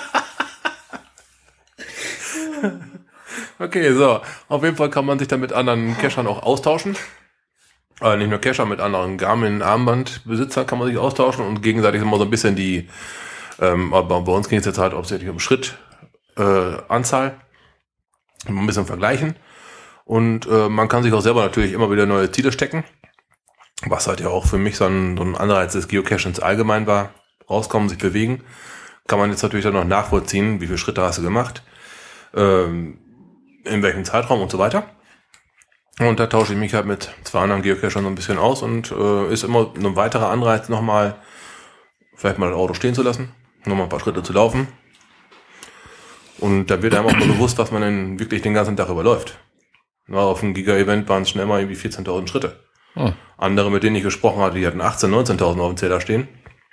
Okay, so. Auf jeden Fall kann man sich dann mit anderen Cachern auch austauschen. Nicht nur Cacher, mit anderen Garmin-Armbandbesitzern kann man sich austauschen und gegenseitig immer so ein bisschen die, bei uns ging es jetzt halt hauptsächlich um Schrittanzahl, ein bisschen vergleichen. Und man kann sich auch selber natürlich immer wieder neue Ziele stecken, was halt ja auch für mich so ein Anreiz des Geocachings allgemein war. Rauskommen, sich bewegen. Kann man jetzt natürlich dann noch nachvollziehen, wie viele Schritte hast du gemacht, in welchem Zeitraum und so weiter. Und da tausche ich mich halt mit 2 anderen Geocachern so ein bisschen aus und ist immer ein weiterer Anreiz, nochmal vielleicht mal das Auto stehen zu lassen, nochmal ein paar Schritte zu laufen. Und da wird einem auch mal bewusst, was man denn wirklich den ganzen Tag überläuft. Na, auf einem Giga-Event waren es schnell mal irgendwie 14.000 Schritte. Andere, mit denen ich gesprochen hatte, die hatten 18.000, 19.000 auf dem Zähler stehen.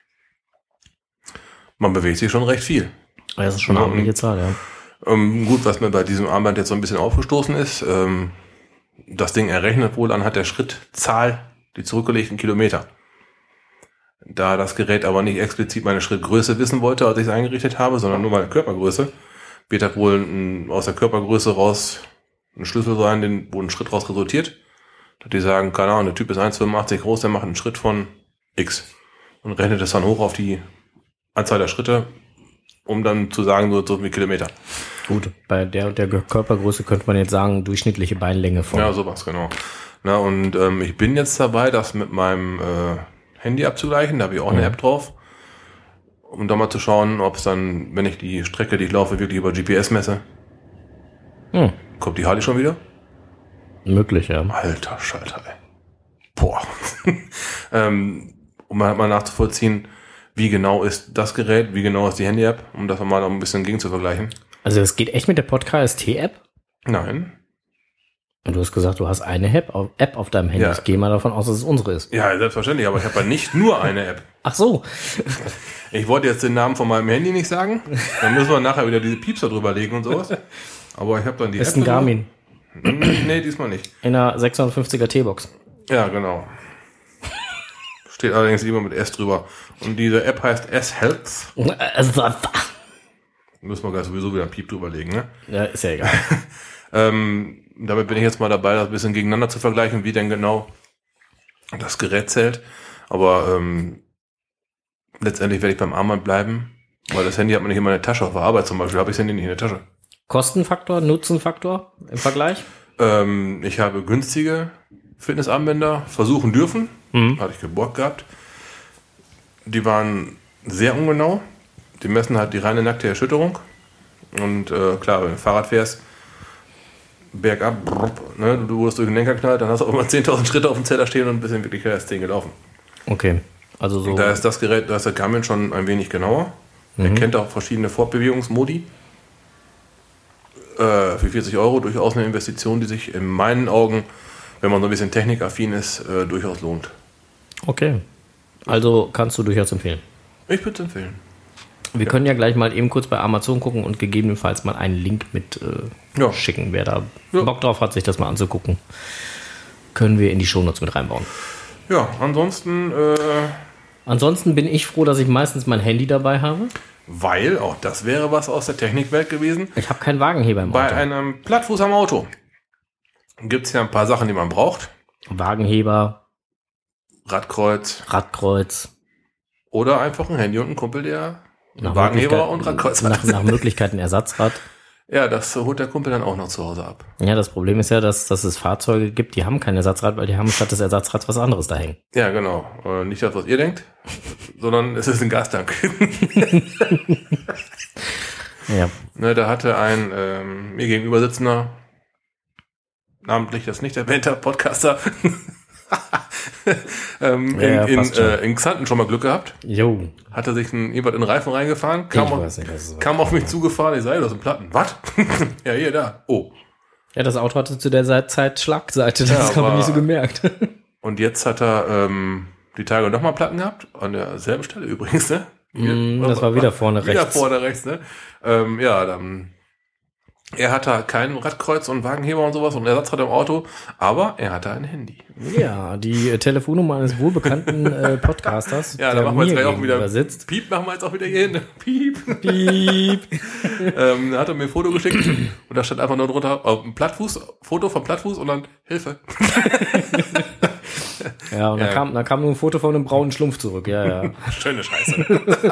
Man bewegt sich schon recht viel.
Das ist schon eine ordentliche Zahl, ja.
Gut, was mir bei diesem Armband jetzt so ein bisschen aufgestoßen ist, das Ding errechnet wohl anhand der Schrittzahl die zurückgelegten Kilometer. Da das Gerät aber nicht explizit meine Schrittgröße wissen wollte, als ich es eingerichtet habe, sondern nur meine Körpergröße, wird da wohl aus der Körpergröße raus ein Schlüssel sein, wo ein Schritt raus resultiert. Dass die sagen, keine Ahnung, der Typ ist 1,85 groß, der macht einen Schritt von X und rechnet das dann hoch auf die Anzahl der Schritte, um dann zu sagen, so viel Kilometer.
Gut, bei der und der Körpergröße könnte man jetzt sagen, durchschnittliche Beinlänge von.
Ja, sowas, genau. Na, und ich bin jetzt dabei, das mit meinem Handy abzugleichen. Da habe ich auch eine App drauf, um da mal zu schauen, ob es dann, wenn ich die Strecke, die ich laufe, wirklich über GPS messe. Kommt die Harley schon wieder?
Möglich, ja.
Alter Schalter, ey. Boah. Um mal nachzuvollziehen, wie genau ist das Gerät, wie genau ist die Handy-App, um das mal noch ein bisschen gegen zu vergleichen.
Also es geht echt mit der Podcast-T-App?
Nein.
Und du hast gesagt, du hast eine App auf deinem Handy. Ja. Ich gehe mal davon aus, dass es unsere ist.
Ja, selbstverständlich, aber ich habe ja nicht nur eine App.
Ach so.
Ich wollte jetzt den Namen von meinem Handy nicht sagen. Dann müssen wir nachher wieder diese Piepser drüber legen und sowas. Aber ich habe dann die App.
Ist ein Garmin.
Nee, diesmal nicht.
In einer 650er T-Box.
Ja, genau. Steht allerdings immer mit S drüber. Und diese App heißt S-Health. Müssen wir gleich sowieso wieder ein Piep drüber legen, ne?
Ja, ist ja egal.
Damit bin ich jetzt mal dabei, das ein bisschen gegeneinander zu vergleichen, wie denn genau das Gerät zählt. Aber letztendlich werde ich beim Armband bleiben, weil das Handy hat man nicht in meiner Tasche. Auf der Arbeit zum Beispiel habe ich das Handy nicht in der Tasche.
Kostenfaktor, Nutzenfaktor im Vergleich?
Ich habe günstige Fitnessarmbänder versuchen dürfen. Hatte ich geborgt gehabt. Die waren sehr ungenau. Die messen halt die reine nackte Erschütterung. Und klar, wenn du Fahrrad fährst, bergab, ne, du wurdest durch den Lenker knallt, dann hast du auch mal 10.000 Schritte auf dem Zeller stehen und bist dann wirklich erst 10 gelaufen.
Okay. Also so.
Da ist das Gerät, da ist der Garmin schon ein wenig genauer. Er kennt auch verschiedene Fortbewegungsmodi. Für 40 € durchaus eine Investition, die sich in meinen Augen, wenn man so ein bisschen technikaffin ist, durchaus lohnt.
Okay. Also kannst du durchaus empfehlen.
Ich würde es empfehlen.
Wir können ja gleich mal eben kurz bei Amazon gucken und gegebenenfalls mal einen Link mit schicken. Wer da Bock drauf hat, sich das mal anzugucken, können wir in die Shownotes mit reinbauen.
Ja, ansonsten...
Ansonsten bin ich froh, dass ich meistens mein Handy dabei habe.
Weil, auch das wäre was aus der Technikwelt gewesen.
Ich habe keinen Wagenheber im Auto.
Bei einem Plattfuß am Auto gibt es ja ein paar Sachen, die man braucht.
Wagenheber,
Radkreuz. Oder einfach ein Handy und ein Kumpel, der einen Wagenheber und Radkreuz hat.
Nach Möglichkeit ein Ersatzrad.
Ja, das holt der Kumpel dann auch noch zu Hause ab.
Ja, das Problem ist ja, dass es Fahrzeuge gibt, die haben kein Ersatzrad, weil die haben statt des Ersatzrads was anderes da hängen.
Ja, genau. Nicht das, was ihr denkt, sondern es ist ein Gastank.
Ja.
Ne, da hatte ein mir gegenüber sitzender, namentlich das nicht erwähnter Podcaster, in Xanten schon mal Glück gehabt.
Jo.
Hatte sich jemand in den Reifen reingefahren, kam auf mich zugefahren, ich sage, das sind Platten. Was? Ja, hier, da. Oh.
Ja, das Auto hatte zu der Zeit Schlagseite, das haben wir nicht so gemerkt.
Und jetzt hat er die Tage nochmal Platten gehabt, an derselben Stelle übrigens, ne?
Das war wieder vorne rechts.
Wieder vorne rechts, ne? Dann... Er hatte kein Radkreuz und Wagenheber und sowas und Ersatzrad im Auto, aber er hatte ein Handy.
Ja, die Telefonnummer eines wohlbekannten Podcasters,
ja, da machen wir jetzt gleich auch wieder
sitzt.
Piep, machen wir jetzt auch wieder hier hin. Piep.
Piep.
Da hat er mir ein Foto geschickt und da stand einfach nur drunter ein Foto vom Plattfuß und dann Hilfe.
Ja, und dann kam nur ein Foto von einem braunen Schlumpf zurück. Ja.
Schöne Scheiße.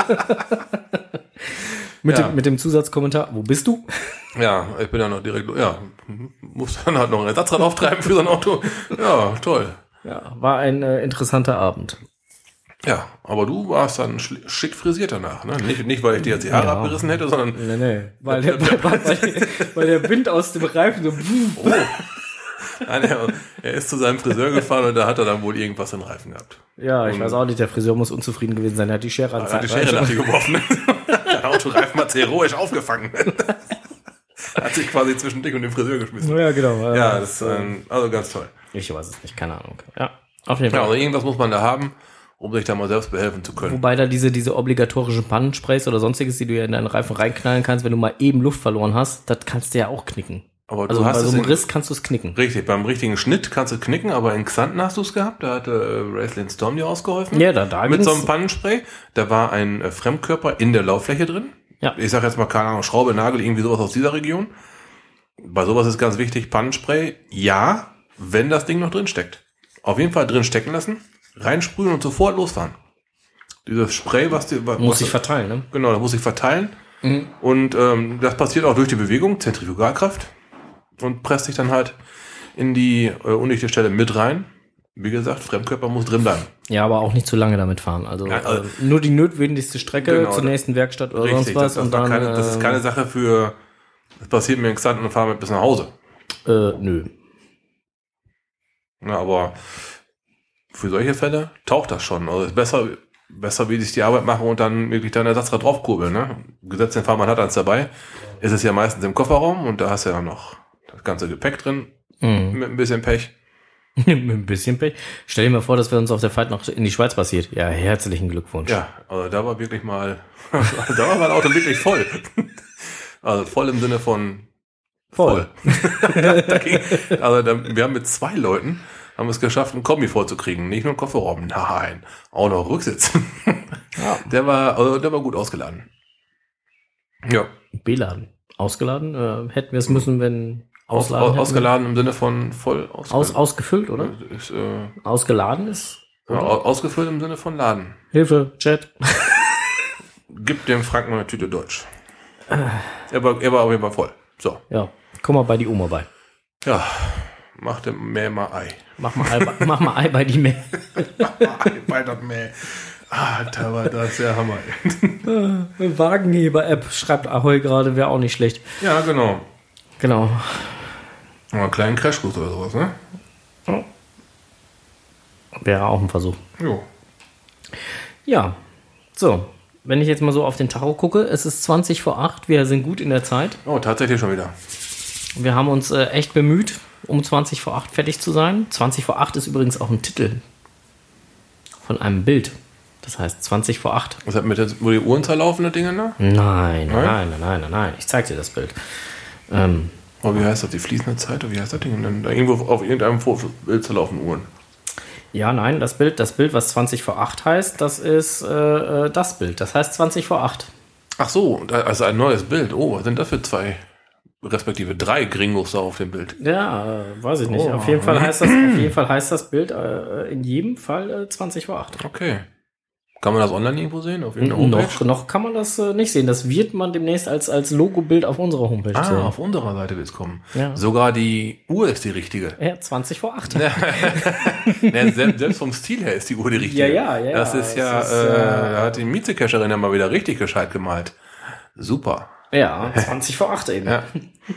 Mit dem Zusatzkommentar, wo bist du?
Ja, ich bin ja noch direkt, muss dann halt noch ein Ersatzrad auftreiben für so ein Auto. Ja, toll.
Ja, war ein interessanter Abend.
Ja, aber du warst dann schick frisiert danach, ne? Nicht weil ich dir jetzt die Haare abgerissen hätte, sondern...
Nee. Weil der Wind aus dem Reifen so...
Oh. Nein, er ist zu seinem Friseur gefahren und da hat er dann wohl irgendwas in den Reifen gehabt.
Ja, ich weiß auch nicht, der Friseur muss unzufrieden gewesen sein. Er hat die Schere
an die geworfen. Der Autoreifen hat sie heroisch aufgefangen. Hat sich quasi zwischen dich und dem Friseur geschmissen.
Ja, genau.
Ja, das ist also ganz toll.
Ich weiß es nicht, keine Ahnung. Ja, auf jeden Fall.
Ja, also irgendwas muss man da haben, um sich da mal selbst behelfen zu können.
Wobei da diese obligatorischen Pannensprays oder sonstiges, die du ja in deinen Reifen reinknallen kannst, wenn du mal eben Luft verloren hast, das kannst du ja auch knicken.
Aber
also
du hast
bei so einem Riss kannst du es knicken.
Richtig, beim richtigen Schnitt kannst du knicken, aber in Xanten hast du es gehabt, da hatte Raceland Storm dir ausgeholfen.
Ja, da
mit so einem Pannenspray. Da war ein Fremdkörper in der Lauffläche drin.
Ja.
Ich sag jetzt mal, keine Ahnung, Schraube, Nagel, irgendwie sowas aus dieser Region. Bei sowas ist ganz wichtig, Pannenspray, ja, wenn das Ding noch drin steckt. Auf jeden Fall drin stecken lassen, reinsprühen und sofort losfahren. Dieses Spray,
muss sich verteilen, ne?
Genau, das muss sich verteilen. Mhm. Und das passiert auch durch die Bewegung, Zentrifugalkraft. Und presst sich dann halt in die undichte Stelle mit rein. Wie gesagt, Fremdkörper muss drin bleiben.
Ja, aber auch nicht zu lange damit fahren. Also nur die notwendigste Strecke zur nächsten Werkstatt oder
richtig,
sonst was.
Das ist keine Sache für, das passiert mir in Xanten und fahren wir bis nach Hause.
Nö.
Na, aber für solche Fälle taucht das schon. Also ist besser wie sich die Arbeit machen und dann wirklich da ein Ersatzrad draufkurbeln. Ne? Gesetzt den Fall, man hat eins dabei, ist es ja meistens im Kofferraum und da hast du ja noch das ganze Gepäck drin, mit ein bisschen Pech.
Mit ein bisschen Pech. Stell dir mal vor, dass wir uns auf der Fahrt noch in die Schweiz passiert. Ja, herzlichen Glückwunsch.
Ja, also da war wirklich mal, da war mein Auto wirklich voll. Also voll im Sinne von voll. Wir haben mit 2 Leuten haben es geschafft, einen Kombi vollzukriegen. Nicht nur einen Kofferraum, nein, auch noch Rücksitz. Ja. Der war gut ausgeladen. Ja.
Beladen. Ausgeladen? Hätten wir es müssen, wenn ausladen
ausgeladen im Sinne von voll
ausgefüllt, oder?
Ist,
ausgeladen ist?
Ja, ausgefüllt im Sinne von Laden.
Hilfe, Chat.
Gib dem Frank mal eine Tüte Deutsch. Er war auf jeden Fall voll. So.
Ja, komm mal bei die Oma bei.
Ja, mach dem Mäh mal Ei.
Mach mal Ei bei die Mäh.
Ei bei das Mäh. Alter, war das der Hammer.
Wagenheber-App schreibt Ahoi gerade, wäre auch nicht schlecht.
Ja, genau.
Genau.
Oder einen kleinen Crashkurs oder sowas, ne?
Ja. Wäre auch ein Versuch.
Jo.
Ja, so. Wenn ich jetzt mal so auf den Tacho gucke, es ist 20 vor 8, wir sind gut in der Zeit.
Oh, tatsächlich schon wieder.
Wir haben uns echt bemüht, um 20 vor 8 fertig zu sein. 20 vor 8 ist übrigens auch ein Titel von einem Bild. Das heißt 20 vor 8.
Was hat mit der, wo die Uhren zerlaufende Dinge, ne?
Nein. Ich zeig dir das Bild.
Oh, wie heißt das? Die fließende Zeit? Oder wie heißt das Ding? Dann da irgendwo auf irgendeinem Bild zerlaufen Uhren.
Ja, nein, das Bild, was 20 vor 8 heißt, das ist das Bild. Das heißt 20 vor 8.
Ach so, also ein neues Bild. Oh, was sind das für 2, respektive 3 Gringos da auf dem Bild?
Ja, weiß ich nicht.
Oh.
Auf jeden Fall heißt das Bild in jedem Fall 20 vor 8.
Okay. Kann man das online irgendwo sehen? Auf irgendeiner Homepage?
Noch kann man das nicht sehen. Das wird man demnächst als Logo-Bild auf unserer Homepage sehen.
Auf unserer Seite wird es kommen.
Ja.
Sogar die Uhr ist die richtige.
Ja, 20 vor 8.
Ja, selbst vom Stil her ist die Uhr die richtige.
Ja.
Das ist da hat die Mietzecacherin ja mal wieder richtig gescheit gemalt. Super.
Ja, 20 vor 8 eben.
Ja.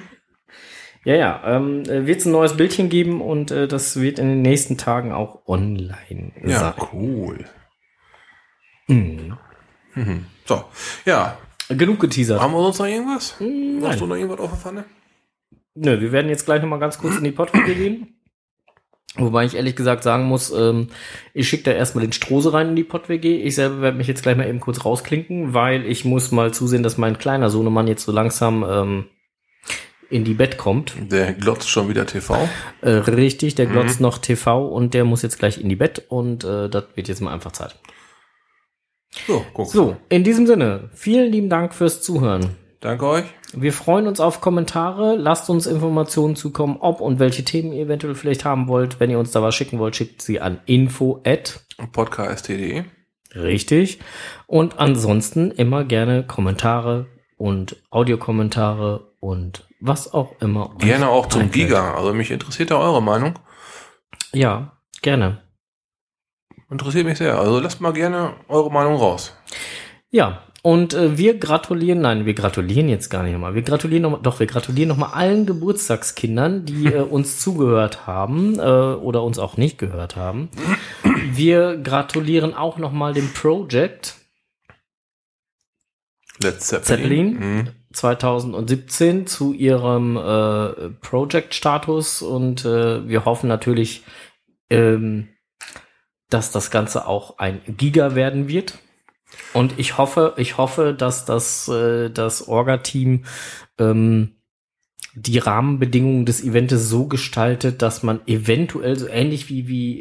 Wird es ein neues Bildchen geben und das wird in den nächsten Tagen auch online sein.
Ja, cool. Mhm. So, ja.
Genug geteasert.
Haben wir sonst noch irgendwas?
Nein.
Hast du noch irgendwas auf der Pfanne?
Nö, wir werden jetzt gleich nochmal ganz kurz in die Pottwege gehen. Wobei ich ehrlich gesagt sagen muss, ich schicke da erstmal den Strose rein in die Pott-WG. Ich selber werde mich jetzt gleich mal eben kurz rausklinken, weil ich muss mal zusehen, dass mein kleiner Sohnemann jetzt so langsam in die Bett kommt.
Der glotzt schon wieder TV.
Richtig, der glotzt noch TV und der muss jetzt gleich in die Bett und das wird jetzt mal einfach Zeit.
So, guck.
So, in diesem Sinne, vielen lieben Dank fürs Zuhören.
Danke euch.
Wir freuen uns auf Kommentare. Lasst uns Informationen zukommen, ob und welche Themen ihr eventuell vielleicht haben wollt. Wenn ihr uns da was schicken wollt, schickt sie an info@podcast.de. Richtig. Und ansonsten immer gerne Kommentare und Audiokommentare und was auch immer.
Gerne auch zum
einfällt.
Giga. Also mich interessiert da eure Meinung.
Ja, gerne.
Interessiert mich sehr. Also lasst mal gerne eure Meinung raus.
Ja, und wir gratulieren jetzt gar nicht nochmal. Wir gratulieren nochmal allen Geburtstagskindern, die uns zugehört haben oder uns auch nicht gehört haben. Wir gratulieren auch nochmal dem Project
Let's
Zeppelin 2017 zu ihrem Project-Status und wir hoffen natürlich, dass das Ganze auch ein Giga werden wird. Und ich hoffe, dass das Orga-Team die Rahmenbedingungen des Events so gestaltet, dass man eventuell so ähnlich wie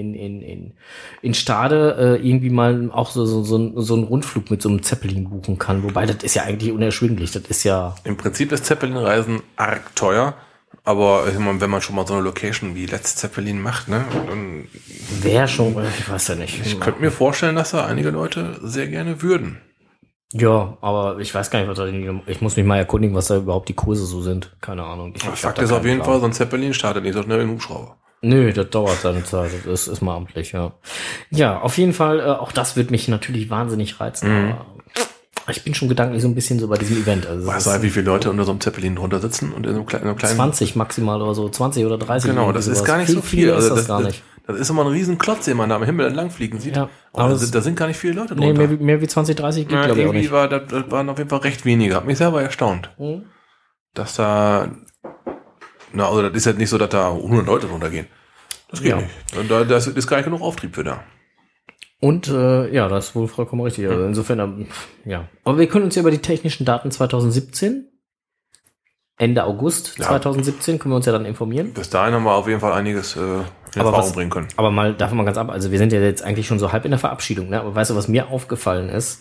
in Stade irgendwie mal auch so einen Rundflug mit so einem Zeppelin buchen kann. Wobei, das ist ja eigentlich unerschwinglich. Das ist ja...
Im Prinzip ist Zeppelin-Reisen arg teuer. Aber wenn man schon mal so eine Location wie Let's Zeppelin macht, ne?
Wäre schon, ich weiß ja nicht.
Ich könnte mir vorstellen, dass da einige Leute sehr gerne würden.
Ja, aber ich weiß gar nicht, was da ich muss mich mal erkundigen, was da überhaupt die Kurse so sind. Keine Ahnung.
Fakt ist auf jeden Fall, so ein Zeppelin startet nicht so schnell in Hubschrauber. Nö,
das dauert seine Zeit. Das ist mal amtlich, ja. Ja, auf jeden Fall, auch das wird mich natürlich wahnsinnig reizen. Aber ich bin schon gedanklich so ein bisschen so bei diesem Event. Also
weißt du, wie viele Leute unter so einem Zeppelin drunter sitzen und in einem kleinen
20 maximal oder so, 20 oder 30.
Genau, das ist gar nicht so viel.
Also das gar nicht.
Das ist immer ein riesen Klotz, den man da am Himmel entlang fliegen sieht.
Ja,
aber da sind gar nicht viele Leute drunter.
Nee, mehr wie 20, 30 gibt glaube ich auch nicht.
Das waren auf jeden Fall recht wenige. Hat mich selber erstaunt. Dass da, also das ist halt nicht so, dass da 100 Leute runtergehen. Das geht nicht. Und da ist gar nicht genug Auftrieb für da.
Und ja, das ist wohl vollkommen richtig. Also insofern, ja. Aber wir können uns ja über die technischen Daten 2017, Ende August 2017, können wir uns ja dann informieren.
Bis dahin haben wir auf jeden Fall einiges in Erfahrung bringen können.
Aber davon mal ganz ab, also wir sind ja jetzt eigentlich schon so halb in der Verabschiedung, ne? Aber weißt du, was mir aufgefallen ist?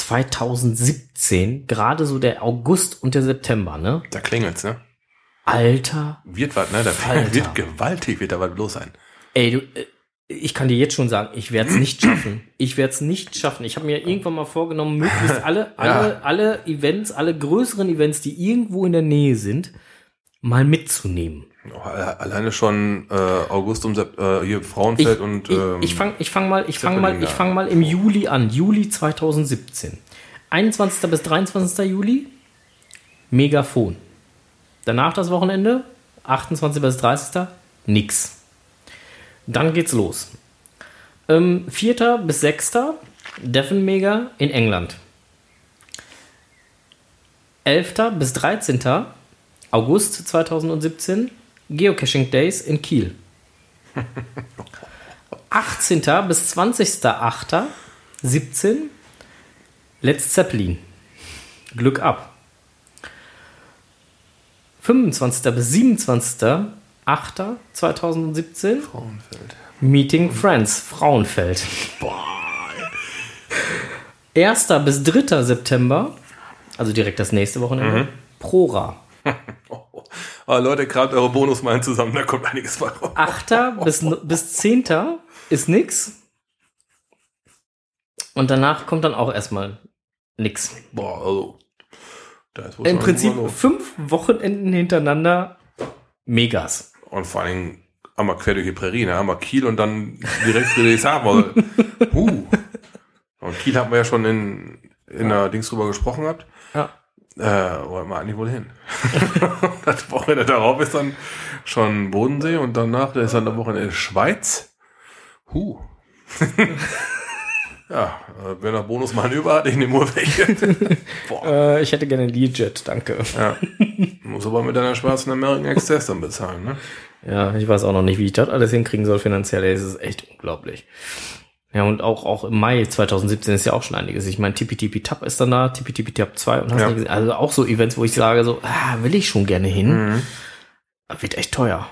2017, gerade so der August und der September, ne?
Da klingelt's, ne?
Alter.
Wird was, ne? Da wird gewaltig, wird da was los sein.
Ey, ich kann dir jetzt schon sagen, ich werde es nicht schaffen. Ich habe mir irgendwann mal vorgenommen, möglichst alle Events, alle größeren Events, die irgendwo in der Nähe sind, mal mitzunehmen.
Alleine schon August hier Frauenfeld
ich fang mal im Juli an. Juli 2017. 21. bis 23. Juli Megafon. Danach das Wochenende 28. bis 30. nix. Dann geht's los. 4. bis 6. Devon Mega in England. 11. bis 13. August 2017 Geocaching Days in Kiel. 18. bis 20.08.17 Let's Zeppelin. Glück ab. 25. bis 27.08.2017
Frauenfeld.
Meeting Friends Frauenfeld.
Boah.
1. bis 3. September, also direkt das nächste Wochenende, Prora.
Aber Leute, kramt eure Bonusmeilen zusammen, da kommt einiges bei raus.
8. bis 10. ist nix. Und danach kommt dann auch erstmal nix.
Boah, also. Da ist wohl
Im
schon
Prinzip
irgendwo
5 Wochenenden hintereinander Megas.
Und vor allen Dingen einmal quer durch die Prärie, ne? Einmal Kiel und dann direkt Friedrichshafen. Und Kiel hatten wir ja schon in der Dings drüber gesprochen gehabt.
Ja.
Wollen wir eigentlich wohl hin. Das Wochenende darauf ist dann schon Bodensee und danach ist dann eine Wochenende Schweiz. Ja, wer noch Bonusmalen über hat, ich nehme nur welche. Boah.
Ich hätte gerne einen Learjet, danke.
Ja. Muss aber mit deiner schwarzen American Express dann bezahlen, ne?
Ja, ich weiß auch noch nicht, wie ich das alles hinkriegen soll finanziell. Es ist echt unglaublich. Ja, und auch im Mai 2017 ist ja auch schon einiges. Ich meine, Tipi-Tipi-Tap ist dann da, Tipi-Tipi-Tap 2 und hast nicht gesehen. Also auch so Events, wo ich sage so, will ich schon gerne hin. Das wird echt teuer.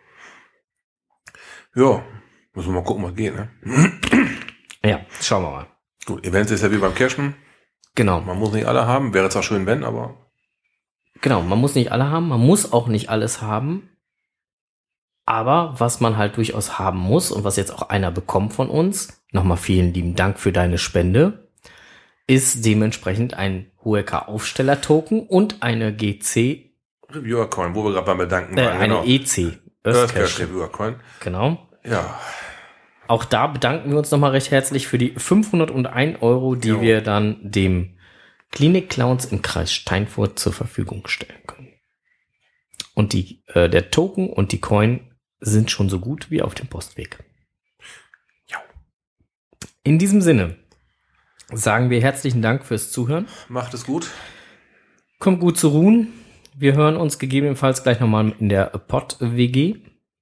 Ja, müssen wir mal gucken, was geht, ne?
Ja, schauen wir mal.
Gut, Events ist ja wie beim Cashen.
Genau.
Man muss nicht alle haben. Wäre zwar schön, wenn, aber...
Genau, man muss nicht alle haben. Man muss auch nicht alles haben. Aber was man halt durchaus haben muss und was jetzt auch einer bekommt von uns, nochmal vielen lieben Dank für deine Spende, ist dementsprechend ein HOEK-Aufsteller-Token und eine GC
Reviewer-Coin, wo wir gerade beim Bedanken waren.
eine EC.
Earthcache Reviewer-Coin.
Genau.
Ja.
Auch da bedanken wir uns nochmal recht herzlich für die 501 €, die wir dann dem Klinik-Clowns im Kreis Steinfurt zur Verfügung stellen können. Und der Token und die Coin sind schon so gut wie auf dem Postweg.
Ja.
In diesem Sinne sagen wir herzlichen Dank fürs Zuhören.
Macht es gut.
Kommt gut zu ruhen. Wir hören uns gegebenenfalls gleich nochmal in der Pod-WG.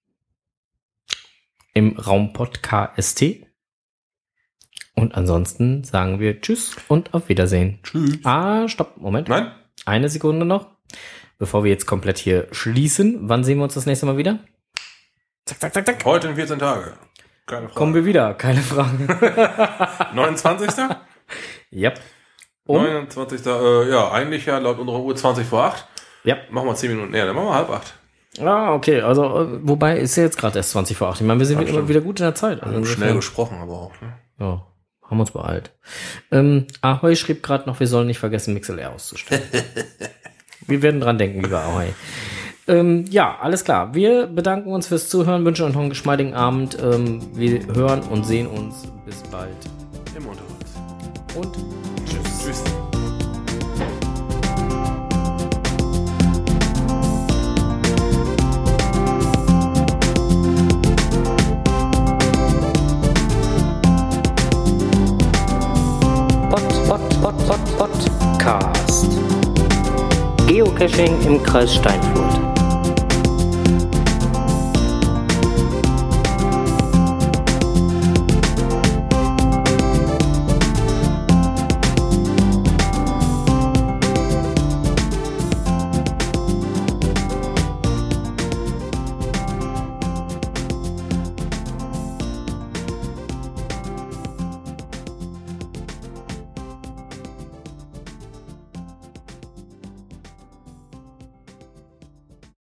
Im Raum Pod KST. Und ansonsten sagen wir Tschüss und auf Wiedersehen.
Tschüss.
Stopp, Moment.
Nein?
Eine Sekunde noch. Bevor wir jetzt komplett hier schließen. Wann sehen wir uns das nächste Mal wieder? Zack, zack, zack, zack.
Heute in 14 Tage. Keine Frage.
Kommen wir wieder, keine Frage.
29.
Yep.
29. Ja, eigentlich ja laut unserer Uhr 20 vor 8.
Ja.
Machen wir 10 Minuten näher, dann machen wir 7:30.
Okay, also wobei ist ja jetzt gerade erst 20 vor 8. Ich meine, wir sind immer wieder gut in der Zeit. Also
schnell gesprochen, aber auch. Ne?
Ja, haben uns beeilt. Ahoy schrieb gerade noch, wir sollen nicht vergessen, MixLR auszustellen. Wir werden dran denken, lieber Ahoy. Ja, alles klar. Wir bedanken uns fürs Zuhören, wünschen euch noch einen geschmeidigen Abend. Wir hören und sehen uns. Bis bald.
Im Unterholz.
Und tschüss.
Tschüss.
Podcast. Geocaching im Kreis Steinfurt.